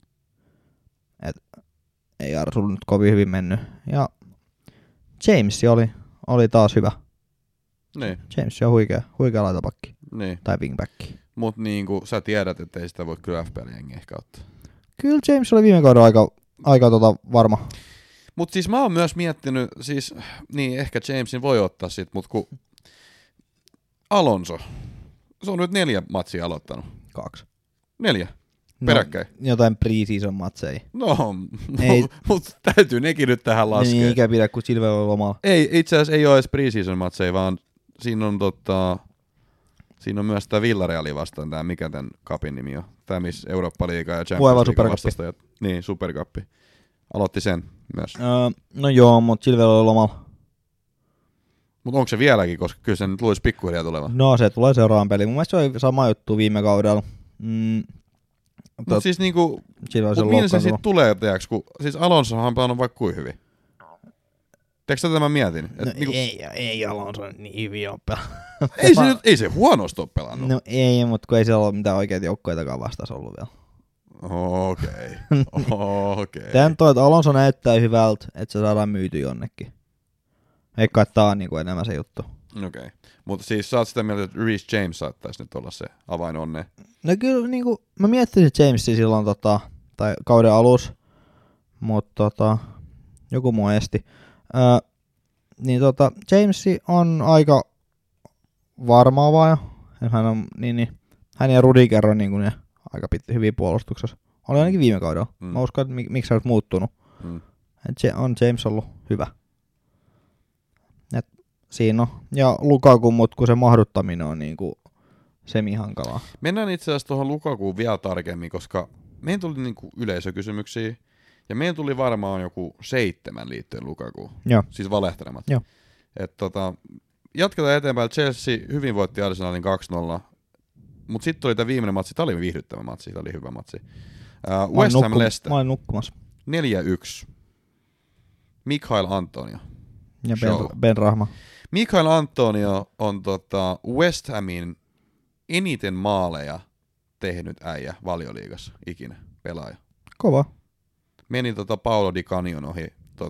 Ei Arsulla nyt kovin hyvin mennyt. Ja James oli taas hyvä. Niin. James on huikea laitapakki. Niin. Tai wingbacki. Mut niinku sä tiedät, ettei sitä voi kyllä FPL-jengi ehkä ottaa. Kyllä James oli viime kauden aika varma. Mut siis mä oon myös miettinyt, siis niin ehkä Jamesin voi ottaa sit, mut kun Alonso, se on nyt 4 matsia aloittanut. 2. 4. Peräkkäin. Jotain pre-season matseja. No, mut täytyy nekin nyt tähän laskea. Niin, eikä pidä, kun Silve oli lomalla. Ei, itse asiassa ei ole edes pre-season matseja, vaan siinä on myös tää Villareali vastaan, tää mikä tän cupin nimi on. Tää missä Eurooppa-liiga ja Champions League vastustajat. Niin, Supercuppi. Aloitti sen myös. No joo, mut Silve oli lomalla. Mut onko se vieläkin, koska kyllä se nyt luisi pikkuhiljaa tulevan? No se tulee seuraavan peliin. Mun mielestä se oli sama juttu viime kaudella. Mut siis niinku, millä se sit tulee, teoks, kun siis Alonsohan on pelannut vaikka kuin hyvin. Teekö tätä mä mietin? No niinku, ei Alonso niin hyvin ole pelannut. Ei se huonosti ole pelannut. No ei, mutta kun ei siellä ole mitään oikeita joukkoitakaan vastaan ollut vielä. Okei. Tän toi, että Alonso näyttää hyvältä, että se saadaan myyty jonnekin. Eikä tää on niinku enemmän se juttu. Okei. Mutta siis sä oot sitä mieltä, että Reece James saattaisi nyt olla se avain onneen. No kyllä niinku, mä miettisin Jamesia silloin tai kauden alussa, mutta joku muu esti. Niin Jamesi on aika varmaa vaan jo. Hän on hän ja Rudiger on niinku ne aika hyviä puolustuksessa. Oli ainakin viime kaudella. Mä uskon, että miksi se on muuttunut. On James ollut hyvä. Et siinä on. Ja Lukaku, mutta kun se mahduttaminen on niinku semi-hankalaa. Mennään itse asiassa tuohon Lukakuun vielä tarkemmin, koska meidän tuli niinku yleisökysymyksiä. Ja meidän tuli varmaan joku 7 liittyen Lukakuun. Joo. Siis valehtelemat. Joo. Jatketaan eteenpäin. Chelsea hyvin voitti Arsenalin 2-0. Mutta sitten oli tämä viimeinen matsi. Tämä oli viihdyttävä matsi. Tämä oli hyvä matsi. West Ham Leicester. Mä olin nukkumassa. 4-1. Mikhail Antonio. Ja Ben Rahma. Mikhail Antonio on West Hamin eniten maaleja tehnyt äijä Valioliigassa ikinä pelaaja. Kova. Meni Paolo Di Canion ohi.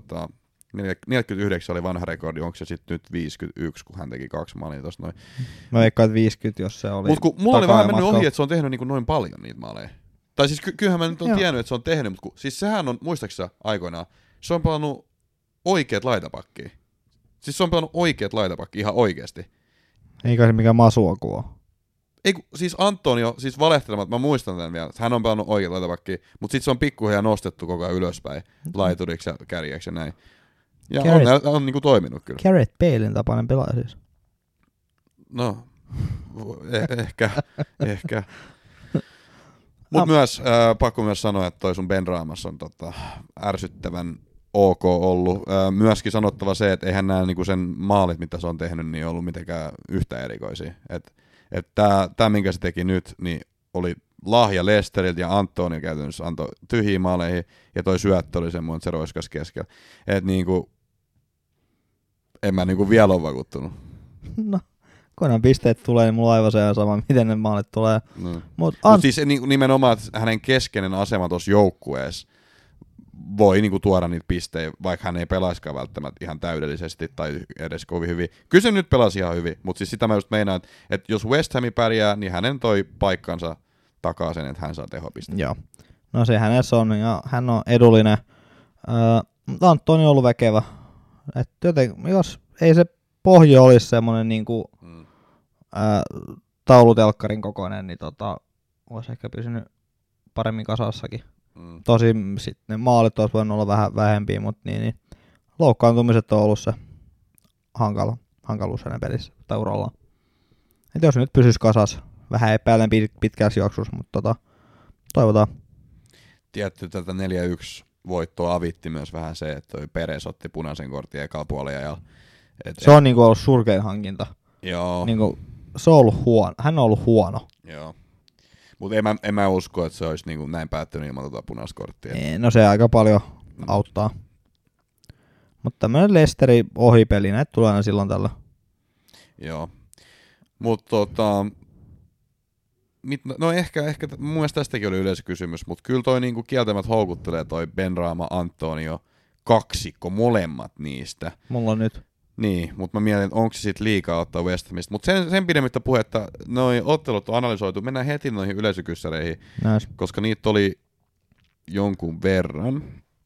49 oli vanha rekordi, onko se sitten nyt 51, kun hän teki 2 maalia tuossa noin. Mä veikkaan, että 50, jos se oli. Mutta kun mulla oli vähän mennyt ohi, että se on tehnyt niin noin paljon niitä maaleja. Tai siis kyllähän mä nyt on tiennyt, että se on tehnyt, mutta siis sehän on, muistaaksä aikoinaan, se on pelannut oikeat laitapakkia. Siis se on pelannut oikeat laitapakkia ihan oikeasti. Eikä se mikään Masuaku ole. Ei, siis Antonio, siis valehtelematta, mä muistan tämän vielä, hän on pelannut oikeat laitapakkia, mutta sitten se on pikkuhiljaa nostettu koko ajan ylöspäin, laituriksi ja kärjeksi ja näin. Ja on niinku toiminut kyllä. Gareth Balein tapainen pelaaja siis. No, ehkä. Mutta myös, pakko myös sanoa, että toi sun Ben Raamas on ärsyttävän ok ollut. Myöskin sanottava se, että eihän nämä niinku sen maalit, mitä se on tehnyt, niin ollut mitenkään yhtä erikoisia. Tämä, minkä se teki nyt, niin oli lahja Lesteriltä ja Antonio käytännössä antoi tyhjiä maaleihin ja toi syöttö oli semmoinen, että se roiskas keskellä. Että niinku, en mä niinku vielä ole vakuuttunut. No, kun pisteet tulee, niin mulla on aivan se on sama, miten ne maalit tulee. No. Mut siis nimenomaan, että hänen keskeinen asema tuossa joukkueessa voi niinku tuoda niitä pisteitä, vaikka hän ei pelaiskaan välttämättä ihan täydellisesti tai edes kovin hyvin. Kyllä se nyt pelasi ihan hyvin, mutta siis sitä mä just meinaan, että jos West Ham pärjää, niin hänen toi paikkansa takaa sen, että hän saa tehopisteitä. Joo. No se hänessä on, ja hän on edullinen. Antoni on ollut väkevä. Et jos ei se pohja olisi semmoinen niinku, taulutelkkarin kokoinen, niin olisi ehkä pysynyt paremmin kasassakin. Tosin sitten ne maalit olisi voinut olla vähän vähempiä, mutta niin, loukkaantumiset on ollut se hankaluus hänen pelissä tai urallaan. Et jos nyt pysyisi kasassa, vähän epäilen pitkässä juoksussa, mutta toivotaan. Tietty tätä 4-1 voittoa avitti myös vähän se, että toi Peres otti punaisen kortin ekalla puolella. Se on niinku ollut surkein hankinta. Joo. Niinku, se on ollut huono. Hän on ollut huono. Joo. Mutta en mä usko, että se olisi niinku näin päättynyt ilman tuota punaista korttia. Ei, no se aika paljon auttaa. Mutta tämmönen Lesteri ohipeli, näitä tulee aina silloin tällä. Joo. Mutta no ehkä mun mielestä tästäkin oli yleisökysymys, mutta kyllä toi niinku kieltämät houkuttelee toi Benrahma, Antonio, kaksikko, molemmat niistä. Mulla on nyt. Niin, mutta mä mietin, onko se sitten liikaa ottaa West Hamista. Mutta sen pidemmittä puhetta, noi ottelut on analysoitu, mennään heti noihin yleisökyssäreihin, koska niitä oli jonkun verran.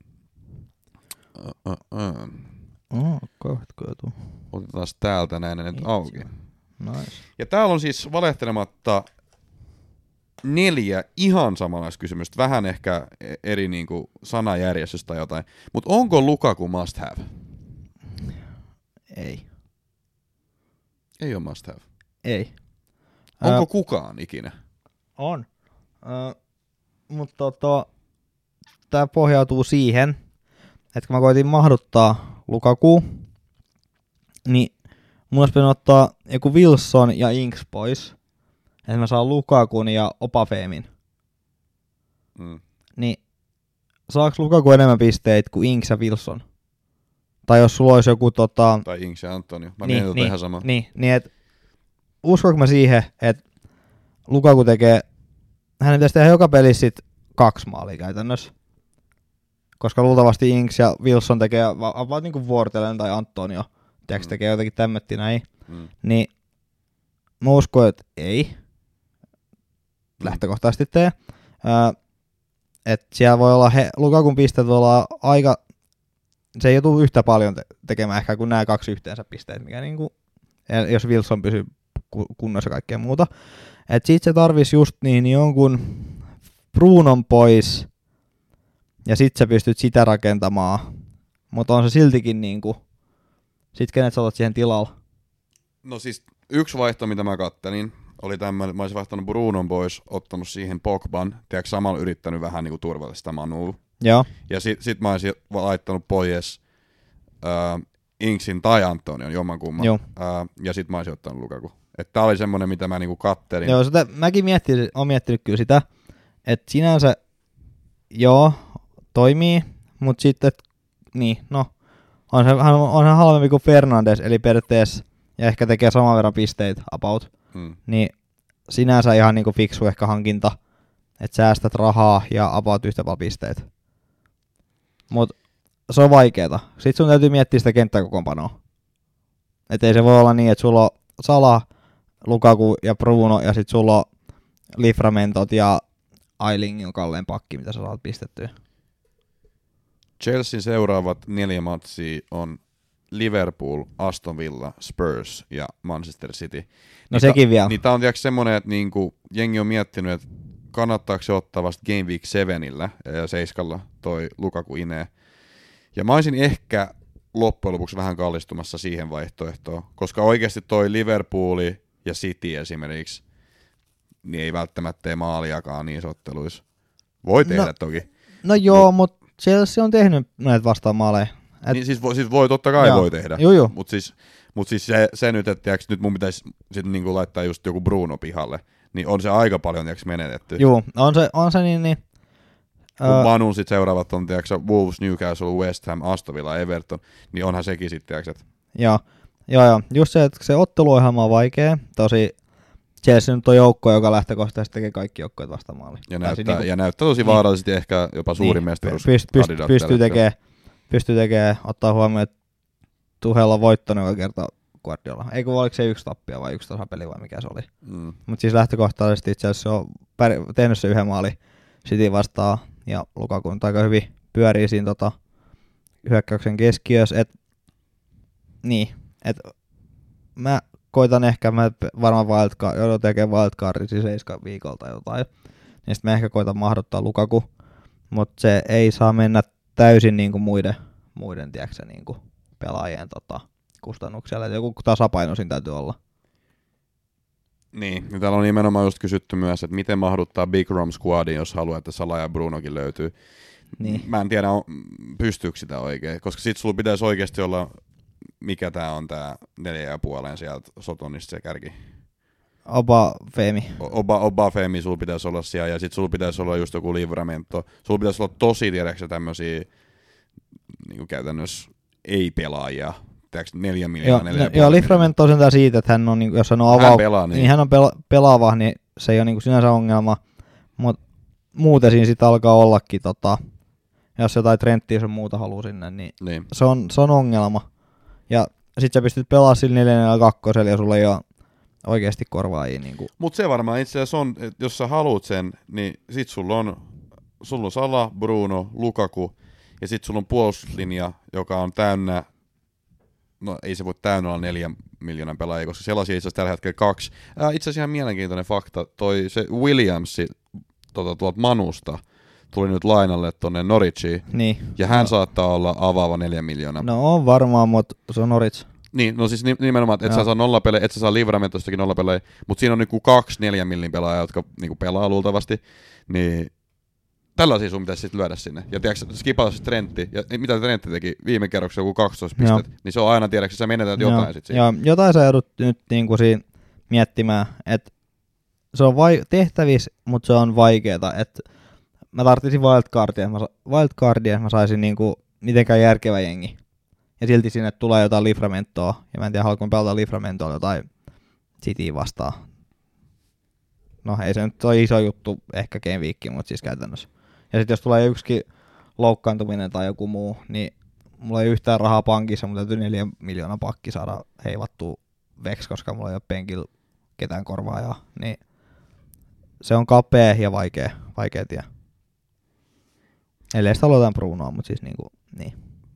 Otetaan täältä näin nyt auki. Nice. Ja täällä on siis valehtelematta 4 ihan samanlaista kysymystä, vähän ehkä eri niinku sanajärjestystä tai jotain. Mutta onko Lukaku must have? Ei. Ei ole must have. Ei. Onko kukaan ikinä? On. Mutta tää pohjautuu siihen, että kun mä koitin mahduttaa Lukaku, niin mun olisi pitänyt ottaa joku Wilson ja Inks pois, että mä saan Lukakun ja Opafeemin. Niin saaks Lukaku enemmän pisteitä kuin Inks ja Wilson? Tai jos sulla olisi joku Tai Inks ja Antonio. Mä mietin ihan sama. Niin et uskoinko mä siihen, että Lukaku tekee, hänen pitäisi tehdä joka pelissä sit 2 maalia käytännössä. Koska luultavasti Inks ja Wilson tekee vaan niinku vuorotellen tai Antonio. Tekee jotenkin tämmötti näin. Niin mä uskon, että ei. Lähtökohtaisesti tee. Että siellä voi olla, Lukakun pisteet voi olla aika, se ei tule yhtä paljon tekemään ehkä kuin nämä 2 yhteensä pisteet, mikä niinku, jos Wilson pysyy kunnossa ja kaikkea muuta. Että sit se tarvisi just niin jonkun Brunon pois, ja sit sä pystyt sitä rakentamaan. Mutta on se siltikin niinku, sit kenet sä otat siihen tilalla? No siis yksi vaihto, mitä mä kattelin, oli tämmöinen, mä olisin vaihtanut Brunon pois, ottanut siihen Pogban, tiedätkö samalla yrittänyt vähän niinku turvata sitä Manua. Joo. Ja sit mä olisin laittanut pois Inksin tai Antonion, jommankumman. Ja sit mä olisin ottanut Lukaku. Että tää oli semmonen, mitä mä niinku kattelin. Joo, mäkin oon miettinyt kyllä sitä, että sinänsä joo, toimii, mutta sitten, niin, no, onhan halvempi kuin Fernandes, eli periaatteessa, ja ehkä tekee saman verran pisteitä about, niin sinänsä ihan niinku fiksu ehkä hankinta, että säästät rahaa ja about yhtä paljon pisteitä. Mut se on vaikeeta. Sitten sun täytyy miettiä sitä kenttäkokoonpanoa. Että ei se voi olla niin, että sulla on Salah, Lukaku ja Bruno, ja sit sulla on Livramentot ja Ailingin kalleen pakki, mitä sä saat pistettyä. Chelsean seuraavat 4 matsia on Liverpool, Aston Villa, Spurs ja Manchester City. No sekin vielä. Niin tää on tiiäks semmonen, että niinku jengi on miettinyt, että kannattaako se ottaa vasta Game Week 7:llä ja 7:lla toi Lukaku inee. Ja mä olisin ehkä loppujen lopuksi vähän kallistumassa siihen vaihtoehtoon, koska oikeasti toi Liverpooli ja City esimerkiksi, niin ei välttämättä tee maaliakaan niissä otteluissa. Voi tehdä toki. No joo, mutta Chelsea on tehnyt näitä vastaamaaleja. Niin siis voi totta kai joo. voi tehdä. Joo. Mutta siis se nyt, että tiiäks, nyt mun pitäisi sit niinku laittaa just joku Bruno pihalle, niin on se aika paljon tiiäks, menetetty. Joo, on se niin. Kun Manun sit seuraavat on tiiäks, Wolves, Newcastle, West Ham, Aston Villa, Everton, niin onhan sekin sitten tiiäks, Joo. Just se, että se otteluohjelma on vaikea. Tosi Chelsea nyt on joukko, joka lähtökohtaisesti tekee kaikki joukkoja vastaamaali. Ja näyttää tosi vaarallisesti ehkä jopa suurin mestaruus. Pystyy tekemään, ottaa huomioon, että Tuchel on voittanut joka kerta Guardiola. Eikö oliko se 1 tappia vai 1 tasapeli vai mikä se oli. Mutta siis lähtökohtaisesti itse asiassa se on tehnyt se 1 maali City vastaan ja Lukaku on aika hyvin pyörii siinä hyökkäyksen keskiössä. Mä koitan ehkä, mä varmaan joudun tekemään wildcardin siis 7 viikolta jotain. Niin sit mä ehkä koitan mahdottaa Lukaku, mutta se ei saa mennä täysin niinku muiden tiiäksä, niinku pelaajien kustannuksella. Joku tasapaino siinä täytyy olla. Niin, ja täällä on nimenomaan just kysytty myös, että miten mahduttaa Big Rom squadiin, jos haluaa, että Salah ja Brunokin löytyy. Niin. Mä en tiedä, pystyykö sitä oikein, koska sit sulla pitäisi oikeasti olla, mikä tää on tää 4,5 sieltä Sotonista se kärki. Obafemi sulla pitäisi olla siellä, ja sit sulla pitäisi olla just joku Livramento. Sulla pitäisi olla tosi tiedäksä tämmösiä niinku käytännössä ei-pelaajia. 4 miljoonaa, 4,5 Joo, Livramento on sentään siitä, että hän on, niin, jos hän on niin hän on pelaava, niin se ei ole niin sinänsä ongelma, mutta muuten siinä sitten alkaa ollakin, jos jotain Trenttiä sun muuta haluaa sinne, niin. Se on ongelma. Ja sit sä pystyt pelaamaan sillä 4-2 ja sulla ei ole oikeasti korvaajia. Niin mutta se varmaan itse asiassa on, että jos sä haluut sen, niin sit sulla on Salah, Bruno, Lukaku, ja sit sulla on puolustuslinja, joka on täynnä. No ei se voi täynnä olla 4 miljoonan pelaajia, koska sellaisia itse asiassa tällä hetkellä 2. Itse asiassa ihan mielenkiintoinen fakta, se Williamsi tuolta Manusta tuli nyt lainalle tuonne Norwichiin, niin. Ja hän saattaa olla avaava 4 miljoonaa. No on varmaan, mutta se on Norwich. Niin, no siis nimenomaan, että et sä saa nollapelejä, et sä saa Livramentostakin nollapelejä, mutta siinä on niinku 2 4 millin pelaajaa, jotka niinku pelaa luultavasti, niin tällaisia sun pitäisi sitten lyödä sinne. Ja tiedätkö, skipata se Trentti, ja mitä Trentti teki viime kerroksessa joku 12 pistet, niin se on aina, tiedätkö, sä menetät jotain sitten siinä. Joo, jotain sä joudut nyt niinku siinä miettimään, että se on tehtävissä, mutta se on vaikeeta, että mä tarvitsin wildcardia, mä saisin niinku mitenkään järkevä jengi. Ja silti sinne tulee jotain Livramentoa, ja mä en tiedä, haluanko pelata Livramentoa jotain Cityä vastaan. No ei se nyt ole iso juttu, ehkä Game Week, mutta siis käytännössä. Ja sitten jos tulee yksikin loukkaantuminen tai joku muu, niin mulla ei yhtään rahaa pankissa, mutta täytyy 4 miljoonaa pakki saada heivattua veksi, koska mulla ei ole penkillä ketään korvaajaa. Niin se on kapea ja vaikea tie. Ellei sitä ole jotain Brunoa, mutta siis niin.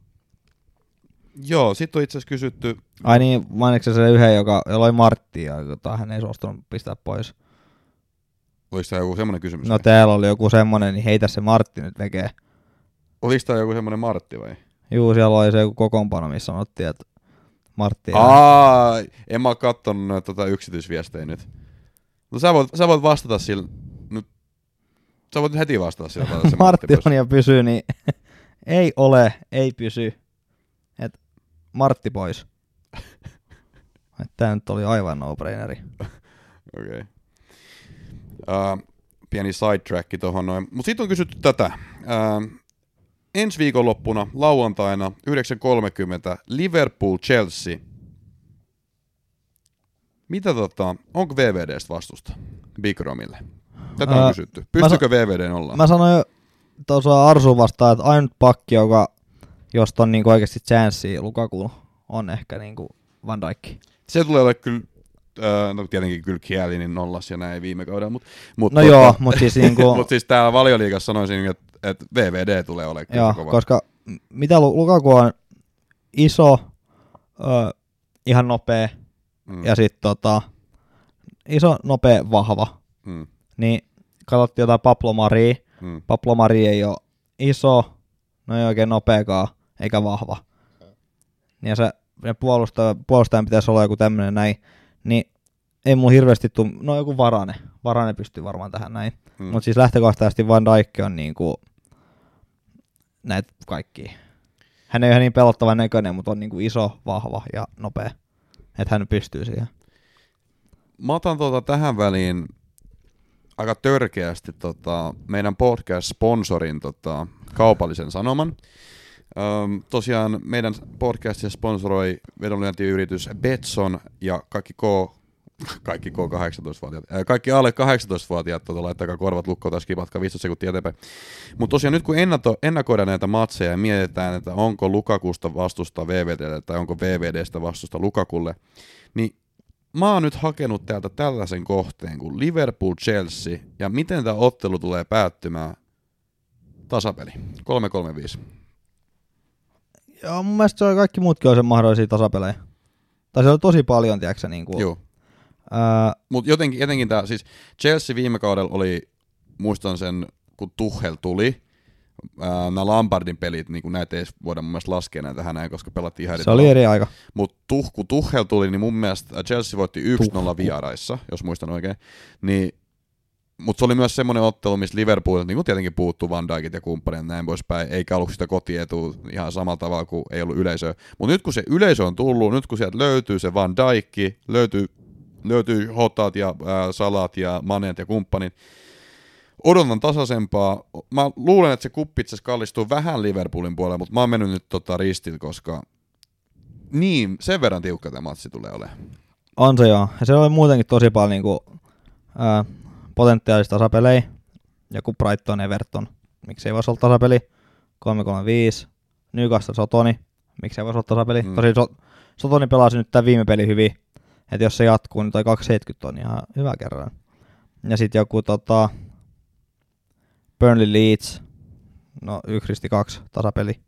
Joo, sit on itse asiassa kysytty. Ai niin, mainitsin se yhden, jolla oli Martti, jota hän ei suostunut pistää pois. Oliko tämä joku semmoinen kysymys? No täällä oli joku semmoinen, niin heitä se Martti nyt tekee. Oliko tämä joku semmoinen Martti vai? Juu, siellä oli se joku kokoonpano, missä sanottiin, että Martti... En mä oo kattonut yksityisviestejä nyt. No sä voit vastata sillä... Nyt, sä voit heti vastata sillä. Martti on ja pysyy, niin ei pysy. Et Martti pois. Tää nyt oli aivan no-braineri. Okei. Pieni sidetrack tohon noin. Mut sit on kysytty tätä. Ensi viikonloppuna lauantaina 9.30 Liverpool-Chelsea. Mitä onko VVDstä vastusta Big Romille? Tätä on kysytty. Pystykö VVD olla? Mä sanoin jo tuossa Arsuun vastaan, että ainut pakki, josta on niinku oikeasti chanssia Lukaku, on ehkä niinku Van Dijk. Se tulee olla kyllä, no tietenkin kyllä Kielinin nollas ja näin viime kaudella, no joo, mutta siis niinku... Mut siis täällä Valioliigassa sanoisin, että VVD tulee olemaan kyllä joo, kova. Koska mitä Lukaku on iso, ihan nopea, ja sitten iso, nopea, vahva, niin katsottiin jotain Pablo Maria. Pablo Maria ei ole iso, no ei oikein nopeakaan, eikä vahva. Ja se puolustajan pitäisi olla joku tämmönen näin, niin ei mulla hirveästi tule, no joku Varane pystyy varmaan tähän näin. Mutta siis lähtökohtaisesti Van Dijk on niinku, näitä kaikkia. Hän ei ole niin pelottavan näköinen, mutta on niinku iso, vahva ja nopea. Että hän pystyy siihen. Mä otan tähän väliin aika törkeästi meidän podcast-sponsorin kaupallisen sanoman. Tosiaan meidän podcastia sponsoroi vedonlyöntiyritys Betsson ja kaikki K18-vuotiaat. Kaikki alle 18-vuotiaat laittakaa korvat lukkoon tai skipatkaa 15 sekuntia eteenpäin. Mutta tosiaan nyt kun ennakoidaan näitä matseja ja mietitään, että onko Lukakusta vastusta VVDlle tai onko VVDstä vastusta Lukakulle, niin mä oon nyt hakenut täältä tällaisen kohteen kuin Liverpool-Chelsea ja miten tämä ottelu tulee päättymään tasapeli. 3-3-5. Joo, mun mielestä se on kaikki muutkin on sen mahdollisia tasapelejä. Tai se on tosi paljon, tiedätkö niinku. Joo. Mutta jotenkin tämä, siis Chelsea viime kaudella oli, muistan sen, kun Tuchel tuli, nämä Lampardin pelit, niin näitä ei voida mun mielestä laskea näitä hänään, koska pelattiin ihan se oli eri aika. Mutta kun Tuchel tuli, niin mun mielestä Chelsea voitti 1-0 vieraissa, jos muistan oikein. Niin, mutta se oli myös semmoinen ottelu, missä Liverpool niin tietenkin puuttuu Van Dijkit ja kumppanit ja näin poispäin, eikä ollut sitä kotietua ihan samalla tavalla kuin ei ollut yleisöä. Mutta nyt kun se yleisö on tullut, nyt kun sieltä löytyy se Van Dijk, löytyy Hotat ja Salat ja Manet ja kumppanit, odotan tasaisempaa. Mä luulen, että se kuppi itse kallistuu vähän Liverpoolin puolelle, mutta mä oon mennyt nyt ristiltä, koska niin, sen verran tiukka tämä matsi tulee olemaan. On se joo. Ja se oli muutenkin tosi paljon niinku, potentiaalista tasapelejä. Joku Brighton, Everton. Miksei voisi olla tasapeli. 3-3-5. Newcastle, Sotoni. Miksei voisi olla tasapeli. Tosi Sotoni pelasi nyt tämän viime peli hyvin. Että jos se jatkuu, niin toi 270 on ihan hyvä kerran. Ja sit joku Burnley Leeds. No 1-2 tasapeli.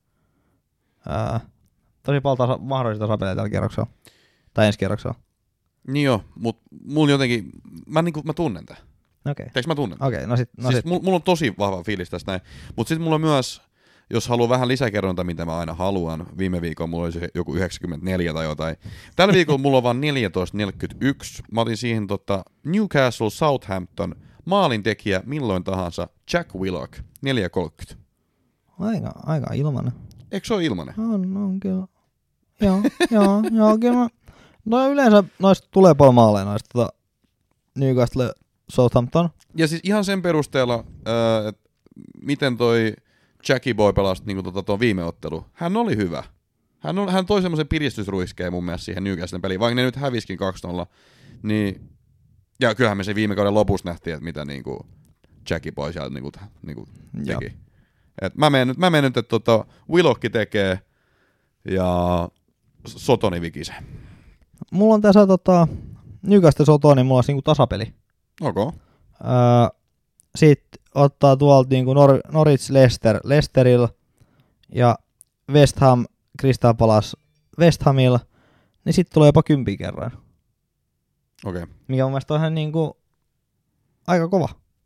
Tosi paljon mahdollisia tasapelejä tällä kierroksella. Tai ensi kierroksella. Niin joo, mutta mulla jotenkin, mä tunnen tämän. Okei. Teekö mä tunnen? Okei, no sit. Mulla on tosi vahva fiilis tästä näin. Mutta sitten mulla on myös, jos haluaa vähän lisäkerronta, mitä mä aina haluan, viime viikolla mulla oli joku 94 tai jotain. Tällä viikolla mulla on vaan 14.41. Mä otin siihen Newcastle Southampton maalintekijä milloin tahansa Jack Willock 4.30. Aika ilmanen. Eikö se ole ilmanen? On kyllä. Joo, kyllä. No yleensä noista tulee paljon maaleja noista Newcastle Southampton. Ja siis ihan sen perusteella, miten toi Jackie Boy pelasi niin tuon viime ottelu. Hän oli hyvä. Hän toi semmoisen piristysruiskeen mun mielestä siihen Newcastlen peliin, vaikka ne nyt häviskin 2-0. Niin, ja kyllähän me se viime kauden lopussa nähtiin, että mitä niinku Jackie Boy sieltä niinku teki. Et mä menen nyt, että Willock tekee ja Sotoni vikisee. Mulla on tässä Newcastle Sotoni, mulla on niinku tasapeli. Okay. Sitten ottaa tuolta niinku Norwich Leicesterillä ja West Ham Crystal Palace West Hamilla, niin sitten tulee jopa 10 kerran. Okei. Mikä mun mielestä on ihan niinku aika kova.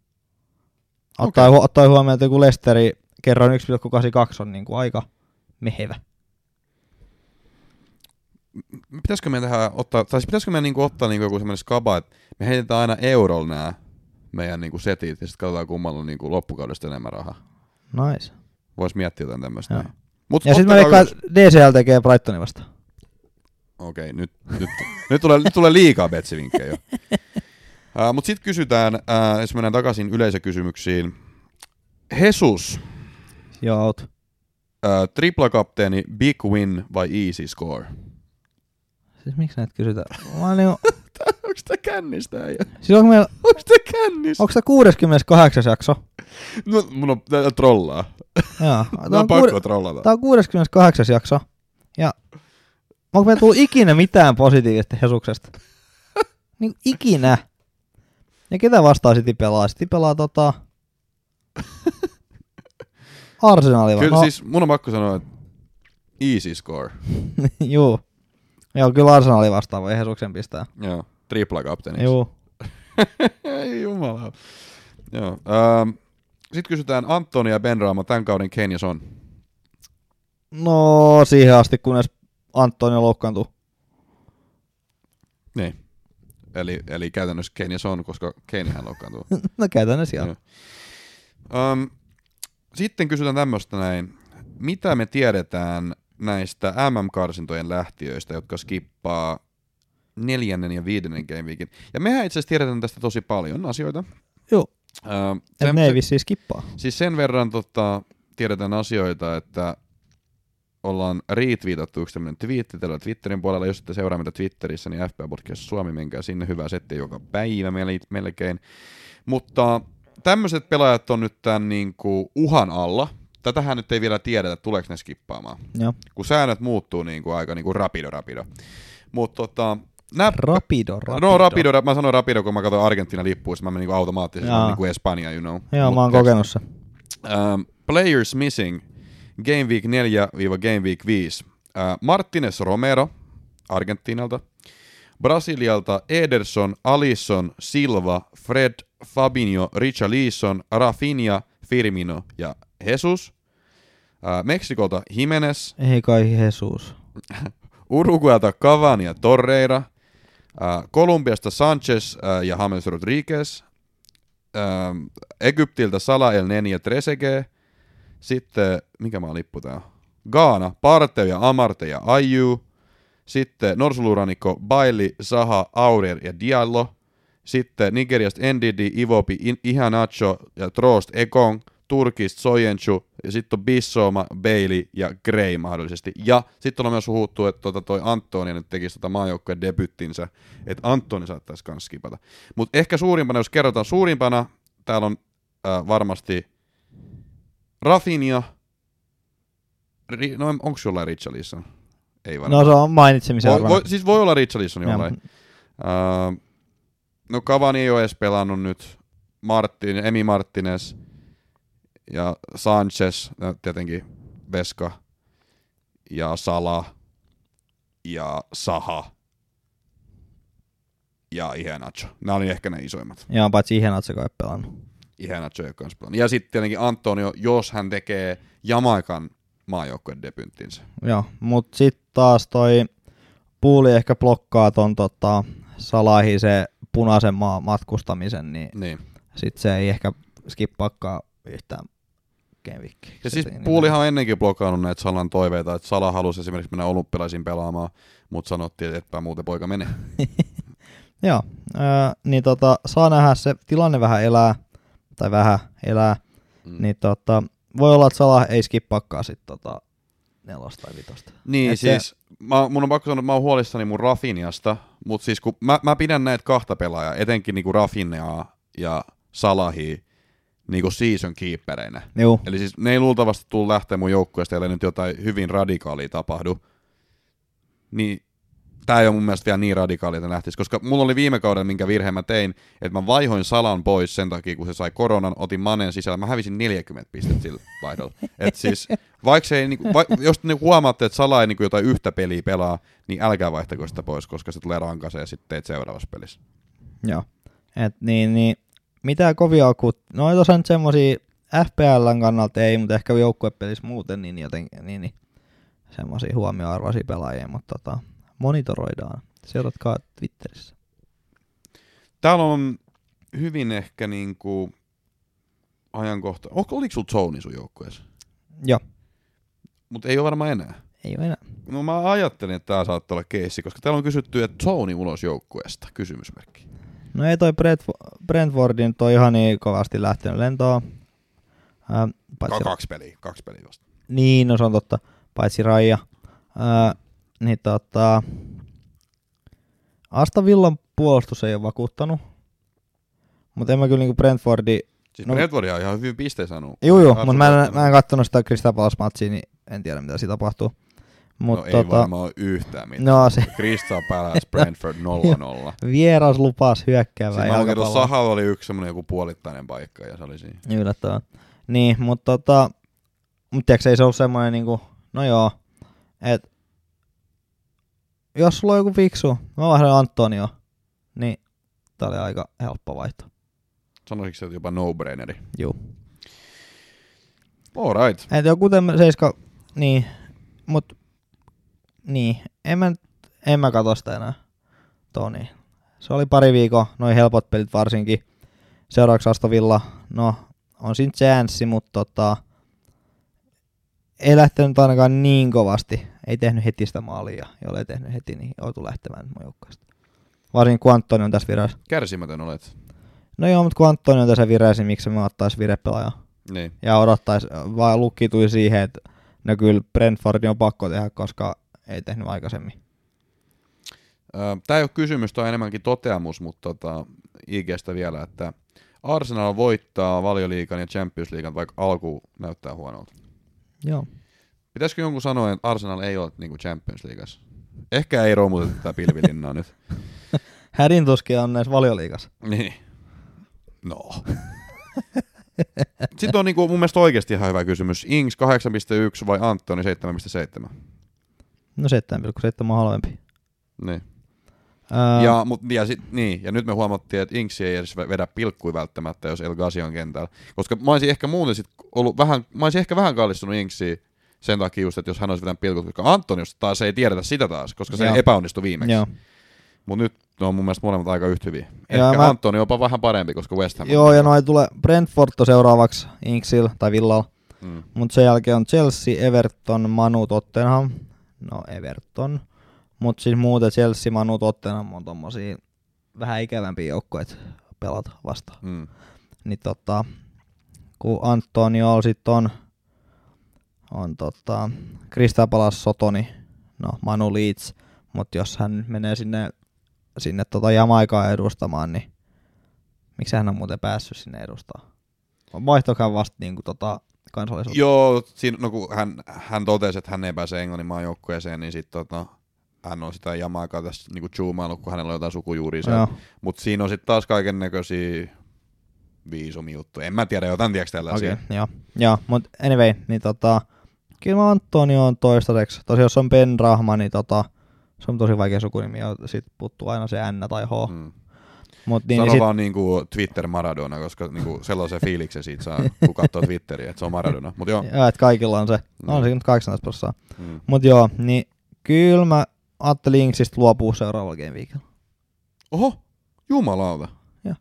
Ottaa huomioon, että joku Leicesteri kerran 1,82 on niinku aika mehevä. Pitäisikö me ottaa niinku joku semmoinen skaba, että me heitetään aina eurolla nämä meidän niinku setit ja sitten katsotaan kummalla on niinku loppukaudesta enemmän rahaa. Nice. Vois miettiä jotain tämmöistä. Ja sitten mä veikkaan, DCL tekee Brightonin vastaan. Okei, nyt tulee liikaa betsivinkkejä jo. Mutta sitten kysytään, jos mennään takaisin yleisökysymyksiin. Jesus. Joo. Tripla-kapteeni, big win vai easy score? Siis miksi näitä kysytään? Onko tää kännistä? Siis onko tää kännistä? Onko tää 68 jakso? No, mun on trollaa. Joo. Tää on pakko trollata. Tää on 68 jakso. Ja onko meillä tullut ikinä mitään positiivista Jesuksesta? Niin ikinä. Ja ketä vastaan City pelaa? City pelaa Arsenali. Kyllä siis mun on pakko sanoa, että easy score. Juu. Joo, kyllä Arsenali vastaan voi Jesuksen pistää. Joo, tripla-kapteeniksi. Juu. Ei jumala. Joo. Sitten kysytään Antoni ja Benrahma tämän kauden Kane ja Son. No siihen asti, kunnes Antoni loukkaantuu. Niin. Eli käytännössä Kane ja Son, koska Kanehän loukkaantuu. No käytännössä joo. Sitten kysytään tämmöistä näin. mitä me tiedetään näistä MM-karsintojen lähtiöistä, jotka skippaa 4. ja 5. Game Weekin. Ja mehän itse asiassa tiedetään tästä tosi paljon asioita. Joo. Ne ei vissiin skippaa. Siis sen verran tiedetään asioita, että ollaan retweetattu yksi tämmöinen twiitti tällä Twitterin puolella. Jos ette seuraa meitä Twitterissä, niin FPA Podcast Suomi, menkää sinne, hyvää settiä joka päivä melkein. Mutta tämmöiset pelaajat on nyt tämän niinku uhan alla. Tätähän nyt ei vielä tiedetä, tuleeko ne skippaamaan. Joo. Kun säännöt muuttuu niinku aika niinku rapido. Mutta Rapido. No rapido, mä sanoin rapido, kun mä katsoin Argentiinan lippuista, mä menin niinku automaattisesti niinku Espanja, you know. Joo, mä oon kokenut se. Players missing Game Week 4-Game Week 5. Martínez Romero Argentiinalta. Brasilialta Ederson, Alisson, Silva, Fred, Fabinho, Richarlison, Rafinha, Firmino ja Jesus. Meksikolta Jimenez. Ei kai Jesus. Uruguayta Cavani ja Torreira. Kolumbiasta Sanchez ja James Rodriguez. Egyptiltä Salah El Neni ja Trezeguet. Sitten, mikä maa lippu tää on? Ghana, Partey ja Amarte ja Ayew. Sitten Norsulurannikko, Bailly, Zaha, Aurier ja Diallo. Sitten Nigeriasta Ndidi, Iwobi, Iheanacho ja Trost Ekong. Turkista Soyuncu ja sitten on Bissoma, Bailey ja Gray mahdollisesti. Ja sitten on myös huhuttu, että toi Antoni nyt tekisi maajoukkojen debyttinsä, että Antoni saattaisi kans skipata. Mutta ehkä suurimpana, jos kerrotaan suurimpana, täällä on varmasti Rafinha. No onko jollain Richarlison? Ei varmaan. No se on mainitsemisen arvoinen. Siis voi olla Richarlison jollain. No Cavani ei ole edes pelannut nyt. Emi Martinez ja Sanchez, tietenkin Veska ja Salah ja Zaha ja Iheanacho. Nämä oli ehkä ne isoimmat. Joo, paitsi Iheanacho ei ole pelannut. Iheanacho ei ole kans pelannut. Ja sitten tietenkin Antonio, jos hän tekee Jamaikan maajoukkojen debyyttinsä. Joo, mutta sitten taas toi Puuli ehkä blokkaa ton Salahin se punaisen maan matkustamisen, niin. Sitten se ei ehkä skippaakaan yhtään Game Weekia. Ja siis Puulihan on ennenkin blokannut näitä Salan toiveita, että Salah halusi esimerkiksi mennä olympialaisiin pelaamaan, mutta sanottiin, että etpä muuten poika menee. Joo, niin saa nähdä, se tilanne vähän elää, niin voi olla, että Salah ei skippaakaan sitten 4 tai 5. Niin, et siis mun on pakko sanoa, että mä oon huolissani mun Rafinhasta, mutta siis kun mä pidän näitä kahta pelaajaa, etenkin niinku Rafinhaa ja Salahia, niinku season keepereinä. Juu. Eli siis ne ei luultavasti tule lähteä mun joukkueesta, ellei nyt jotain hyvin radikaalia tapahdu. Niin tää ei ole mun mielestä vielä niin radikaalia, että lähtisi, koska mulla oli viime kaudella, minkä virheen mä tein, että mä vaihoin Salan pois sen takia, kun se sai koronan, otin Manen sisällä, mä hävisin 40 pistettä sillä vaihdolla. Et siis, vaikka se ei, jos huomaatte, että Sala ei jotain yhtä peliä pelaa, niin älkää vaihtako sitä pois, koska se tulee rankaseen ja sitten teet seuraavassa pelissä. Joo, et niin mitä kovia akut, no ei tosiaan nyt semmosia FPLn kannalta ei, mutta ehkä joukkuepelissä muuten niin jotenkin, niin semmosia huomioarvoisia pelaajia, mutta monitoroidaan. Seuratkaa Twitterissä. Täällä on hyvin ehkä niinku ajankohta. Oliko sulla Tony sun joukkueessa? Joo. Mutta ei ole varmaan enää. Ei ole enää. No mä ajattelin, että tää saattaa olla keissi, koska täällä on kysytty, että Tony ulos joukkueesta. Kysymysmerkki. No ei toi Brentfordin toi ihan niin kovasti lähtenyt lentoon. 2 peliä vasta. Niin, no se on totta. Paitsi Raija. Niin Aston Villan puolustus ei ole vakuuttanut. Mutta en mä kyllä niinku Brentfordi... Siis Brentfordia on ihan hyvin pisteen saanut. Joo, mutta mä en kattonut sitä Crystal Palace-matsia, niin en tiedä mitä siitä tapahtuu. No ei varmaan yhtään mitään. No, se... Crystal Palace, Brentford 0-0. Vieras lupas hyökkäävää siis jalkapalloa. Sahalla oli yksi semmonen joku puolittainen paikka ja se oli siinä. Yllättävää. Niin, mutta tiedätkö, ei se ollut semmoinen niinku, no joo, että jos sulla on joku fiksu, mä vaihdan Antonio, niin tää oli aika helppo vaihto. Sanoisitko se jopa no-braineri? Juu. Alright. Et joku seiska, niin, mut, niin, en mä katso sitä enää. Toni. Se oli pari viikon, noin helpot pelit varsinkin. Seuraavaksi Aston Villa, no, on siinä chanssi, mutta ei lähtenyt ainakaan niin kovasti. Ei tehnyt heti sitä maalia, jolle ei tehnyt heti, niin joutui lähtemään mun joukkueesta. Varsinkin kun Antoni on tässä vireessä. Kärsimätön olet. No joo, mutta kun Antoni on tässä vireessä, niin miksi me ottais virepelaajaa? Niin. Ja odottais, vaan lukkitui siihen, että no kyllä Brentfordin on pakko tehdä, koska ei tehnyt aikaisemmin. Tämä ei ole kysymys, tämä on enemmänkin toteamus, mutta IGstä vielä, että Arsenal voittaa Valioliigan ja Champions Leaguean, vaikka alku näyttää huonolta. Joo. Pitäisikö jonkun sanoa, että Arsenal ei ole niin kuin Champions Leagueassa? Ehkä ei romuteta tätä pilvilinnaa nyt. Hädin tuskia on näissä Valioliigassa. Niin. No. Sitten on niinku mun mielestä oikeasti ihan hyvä kysymys. Ings 8.1 vai Antoni 7.7? No 7,7 on halvempi. Niin. Ja nyt me huomattiin, että Inksi ei edes vedä pilkkui välttämättä, jos El Ghazi on kentällä. Koska mä olisin ehkä muuten sit ollut vähän kallistunut Inksiin sen takia just, että jos hän olisi vetänyt pilkut, koska Antoniosta taas ei tiedetä sitä taas, koska se epäonnistui viimeksi. Mutta nyt ne on mun mielestä molemmat aika yhtä hyviä. Ehkä Antoni on jopa vähän parempi, koska West Ham. Joo, ja noin tulee Brentford seuraavaksi Inksil tai Villalla. Mutta sen jälkeen on Chelsea, Everton, Manu, Tottenham. No Everton. Mutta siis muuten Chelsea, Manu, Tottenham on tommosia vähän ikävämpiä joukkoja pelata vastaan. Niin kun Antonio sit on Crystal Palace, Sotoni, no Manu Leeds. Mutta jos hän menee sinne Jamaikaan edustamaan, niin miksi hän on muuten päässyt sinne edustamaan? Vaihtoiko hän vasta niinku kansallisuutta? Joo, no kun hän totesi, että hän ei pääse Englannin maajoukkueeseen, niin sitten hän on sitä Jamaikaa tässä niinku zoomailut, kun hänellä on jotain sukujuuria siellä. Mutta siinä on sitten taas kaiken näköisiä viisumijuttuja. En mä tiedä, jotain tiedätkö tällaisia. Okay, joo, mutta anyway, niin kyllä mä Antonio on toistaiseksi. Tosiaan jos on Ben Rahma, niin se on tosi vaikea sukunimi, ja sit puuttuu aina se N tai H. Sano vaan niinku Twitter Maradona, koska niinku sellaisen fiiliksen siitä saa, kun katsoo Twitteriä, että se on Maradona. Mut joo. Joo, että kaikilla on se. On se nyt 18%. Mut joo, niin kyllä mä ajattelin Inksistä luopuu seuraavalla game weekilla. Oho, jumalauta. Joo.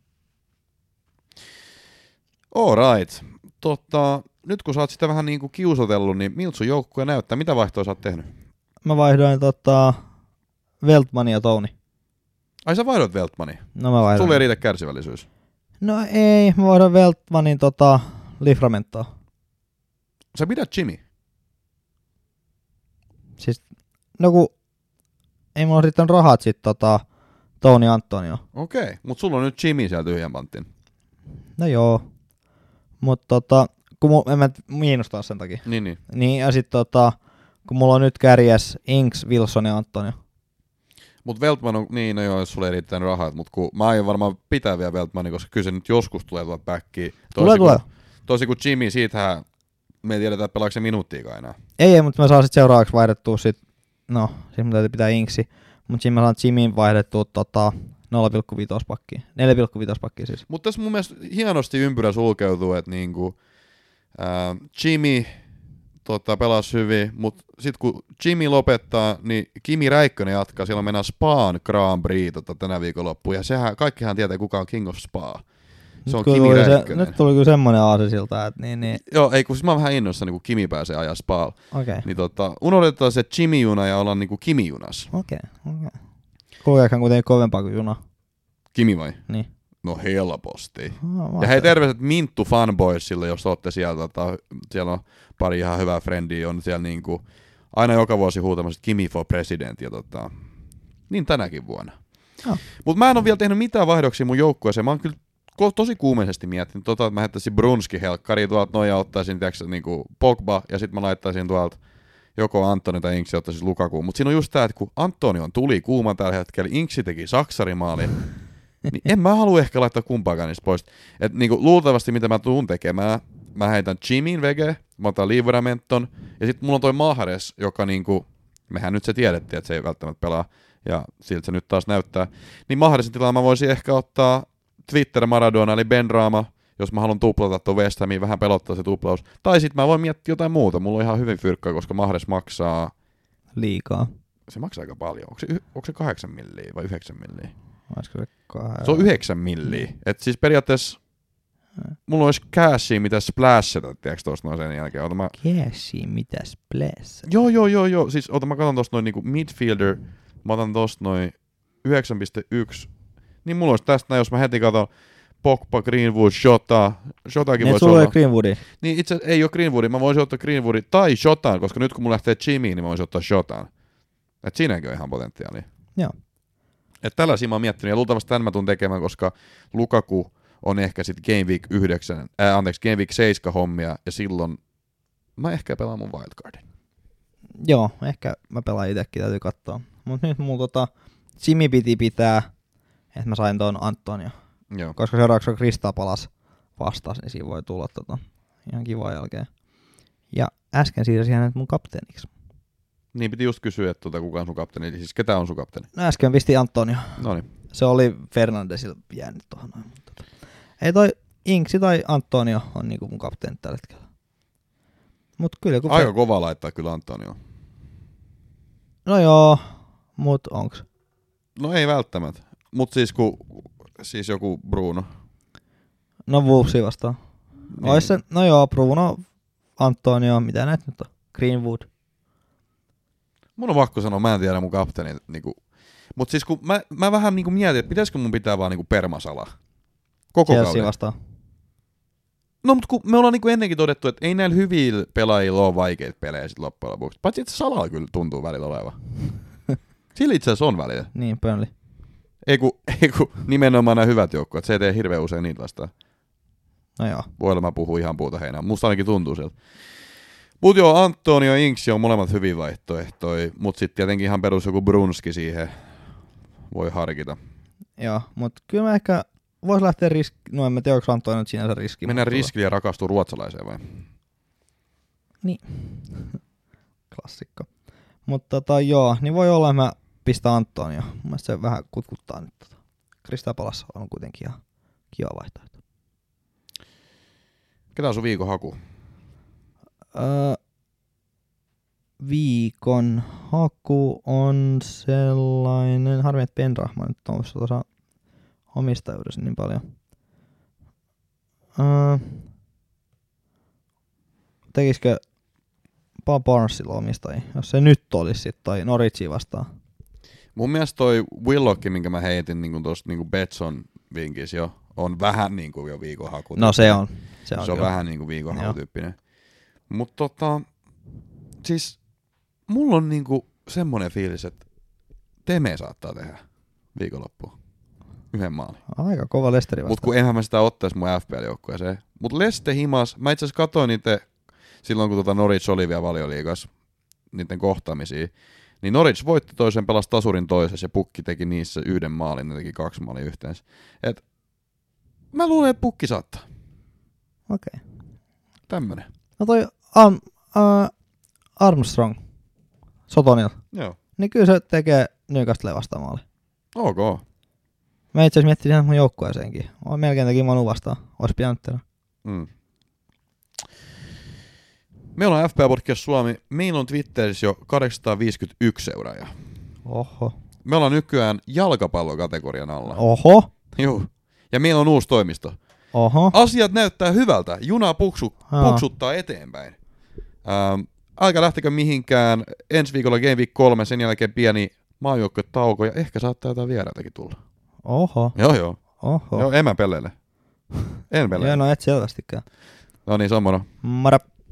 Alright. Nyt kun sä oot sitä vähän niinku kiusotellut, niin miltä sun joukkue näyttää? Mitä vaihtoa sä oot tehnyt? Mä vaihdoin Veltmani ja Touni. Ai sä vaihdoit Veltmani? No mä vaihdoin. Sulle ei riitä kärsivällisyys. No ei, mä vaihdoin Veltmanin Livramentoa. Sä pidät Jimmy? Siis, no kun ei mulla riittänyt rahat sit Touni Antonio. Okei, mut sulla on nyt Jimmy siellä tyhjän panttin. No joo. Mut kun en mä miinustaa sen takia. Niin ja sit kun mulla on nyt kärjäs Inks, Wilson ja Antonio. Mut Veltman on, niin no joo, jos sulle ei riittänyt rahat, mut kun mä aion varmaan pitää vielä Veltmania, koska kyllä se nyt joskus tulee tuolta backiin. Tulee. Tosi kuin Jimmy, siitähän me ei tiedetä, että pelaako se minuuttiikaan enää. Ei, mutta mä saan sit seuraavaksi vaihdettua no, siis mun täytyy pitää Inksi, mut siinä mä saan Jimmyin vaihdettua 0,5 pakkiin. 4,5 pakkiin siis. Mutta tässä mun mielestä hienosti ympyrä sulkeutuu, että niinku, Jimmy pelasi hyvin, mutta sitten kun Jimmy lopettaa, niin Kimi Räikkönen jatkaa. Siellä mennään Spaan Grand Prix tänä viikonloppuun, ja sehän tietää, kuka on King of Spa. Se on Kimi Räikkönen. Nyt tuli kyllä semmoinen aasesilta, että niin. Joo, ei kun siis mä oon vähän innossa, niin kun Kimi pääsee ajaa Spaalla. Okei. Niin unohdetaan se Jimmy-juna ja ollaan niinku Kimi-junas. Okei. Kulkeekaan kuitenkin kovempaa kuin juna. Kimi vai? Niin. No helposti. Ja hei, terveiset Minttu fanboysille, jos olette siellä. Siellä on pari ihan hyvää frendiä, on siellä niinku aina joka vuosi huutamassa Kimi for president. Ja niin tänäkin vuonna. Mutta mä en ole vielä tehnyt mitään vaihdoksia mun joukkueeseen. Mä oon kyllä tosi kuumeisesti miettinyt, että mä heittäisin Brunski-helkkariin tuolta noin ja ottaisin niinku Pogba ja sitten mä laittaisin tuolta joko Antoni tai Inksi ottaisin Lukakuun. Mutta siinä on just tää, että kun Antoni on tuli kuuma tällä hetkellä, Inksi teki saksarimaali, niin en mä halua ehkä laittaa kumpaakaan niistä pois. Et niinku luultavasti mitä mä tuun tekemään, mä heitän Jimin vege, mä otan Livramenton, ja sitten mulla on toi Mahrez, joka niinku, mehän nyt se tiedettiin, että se ei välttämättä pelaa, ja siltä se nyt taas näyttää. Niin Mahrezin tilaa mä voisin ehkä ottaa Twitter Maradona, eli Ben Rama, jos mä haluan tuplata tuon West Hamiin, vähän pelottaa se tuplaus. Tai sit mä voin miettiä jotain muuta, mulla on ihan hyvin fyrkkaa, koska Mahrez maksaa liikaa. Se maksaa aika paljon. Onko se 8 milliä vai 9 milliä? Se on 9 milliä. Et siis periaatteessa mulla olisi cashia, mitä splashata, tiedätkö tosta noin sen jälkeen. Cashia, mitä splashata? Joo. Siis mä katson tosta noin niinku midfielder, mä otan tosta noin 9.1. Niin mulla olisi tästä, jos mä heti katon Pogba, Greenwood, Shotakin voisi olla. Sulla ei Greenwoodia. Niin itse ei ole Greenwoodia, mä voisin ottaa Greenwoodin tai Shotan, koska nyt kun mulla lähtee Jimiin, niin mä voisin ottaa Shotan. Et siinäkin on ihan potentiaalia. Joo. Et tällaisia mä oon miettinyt, ja luultavasti tämän mä tuun tekemään, koska Lukaku on ehkä sit Game Week 7 hommia, ja silloin mä ehkä pelaan mun wildcardin. Joo, ehkä mä pelaan itekin, täytyy katsoa. Mut nyt mulla Jimmy piti pitää, että mä sain ton Antonio. Joo. Koska seuraavaksi on Krista palas vastaus, niin siinä voi tulla ihan kiva jälkeen. Ja äsken siirsin hänet mun kapteeniksi. Niin piti just kysyä, että kuka on sun kapteeni, eli siis ketä on sun kapteeni? No äsken pisti Antonio. Noniin. Se oli Fernandesilla jäänyt tuohon noin. Ei toi Inksi tai Antonio on niinku mun kapteeni tällä hetkellä. Mut kyllä kun aika kova laittaa kyllä Antonio. No joo, mut onks? No ei välttämättä. Mut siis joku Bruno. No Wolvesi vastaan. Niin. Ois se, no joo, Bruno, Antonio, mitä näet nyt on? Greenwood. Mun on pakko sanoa, mä en tiedä mun kapteeni. Niinku. Mut siis kun mä vähän niinku mietin, että pitäisikö mun pitää vaan niinku permasala. Koko Chelsea kauden. vastaan. No mut kun me ollaan niinku ennenkin todettu, että ei näillä hyvillä pelaajilla ole vaikeita pelejä sit loppujen lopuksi. Paitsi että Salaa kyllä tuntuu välillä olevan. Sillä itse asiassa on välillä. Niin, Burnley. Ei kun nimenomaan nämä hyvät joukkueet. Se ei tee hirveän usein niitä vastaan. No joo. Voi olla mä puhun ihan puuta heinää. Musta ainakin tuntuu sieltä. Mut joo, Antonio ja Inksi on molemmat hyvin vaihtoehtoja. Mut sit tietenkin ihan perus joku Brunski siihen voi harkita. Joo, mut kyllä mä ehkä vois lähteä no en mä tiedä, onko Antonio nyt sinänsä riski. Mennään riskille ja rakastuu ruotsalaiseen vai? Niin. Klassikko. Mutta joo, niin voi olla, että mä pistän Antonio. Mun mielestä se vähän kutkuttaa nyt. Krista Palas on kuitenkin ihan kiva vaihtoehto. Ketä on sun viikon haku? Viikon haku on sellainen, harmi, että Penrahma nyt on tuossa omistajuudessa niin paljon. Tekisikö Paul Barnesilla omistajia, jos se nyt olisi sitten toi Norwichia vastaan? Mun mielestä toi Willock, minkä mä heitin niin tuosta niin Betson vinkissä jo, on vähän niin kuin jo viikon haku. No se on. Se on vähän niin kuin viikon hakutyyppinen. Mutta siis mulla on niinku semmonen fiilis, että Teme saattaa tehdä viikonloppuun yhden maalin. Aika kova Leicesteri vastaan. Mut kun enhän mä sitä ottais mun FPL-joukkueeseen. Mut Leicester himas, mä itse asiassa katsoin niitä silloin kun Norwich oli vielä Valioliigassa, niiden kohtaamisia. Niin Norwich voitti toisen, pelasi tasurin toisessa ja Pukki teki niissä yhden maalin, ne teki 2 maalia yhteensä. Et mä luulen, että Pukki saattaa. Okei. Tämmönen. No toi Armstrong Sotonil. Joo. Niin kyllä se tekee Newcastle vastaan maali. Ok. Mä itse asiassa miettin ihan mun joukkueeseenkin. Olen melkein teki Manu vastaan. Ois pitänyt tehdä. Meillä on FPL Podcast Suomi. Meillä on Twitterissä jo 851 seuraajaa. Oho. Me ollaan nykyään jalkapallokategorian alla. Oho. Joo. Ja meillä on uusi toimisto. Oho. Asiat näyttää hyvältä. Juna puksuttaa eteenpäin. Aika lähtekö mihinkään. Ensi viikolla Game Week 3, sen jälkeen pieni maajoukkuetauko ja ehkä saattaa jotain vieraitakin tulla. Oho. Joo. Oho. Joo, en mä pelleile. En pelleile. Joo, no et selvästikään. No niin, se on moro. Moro.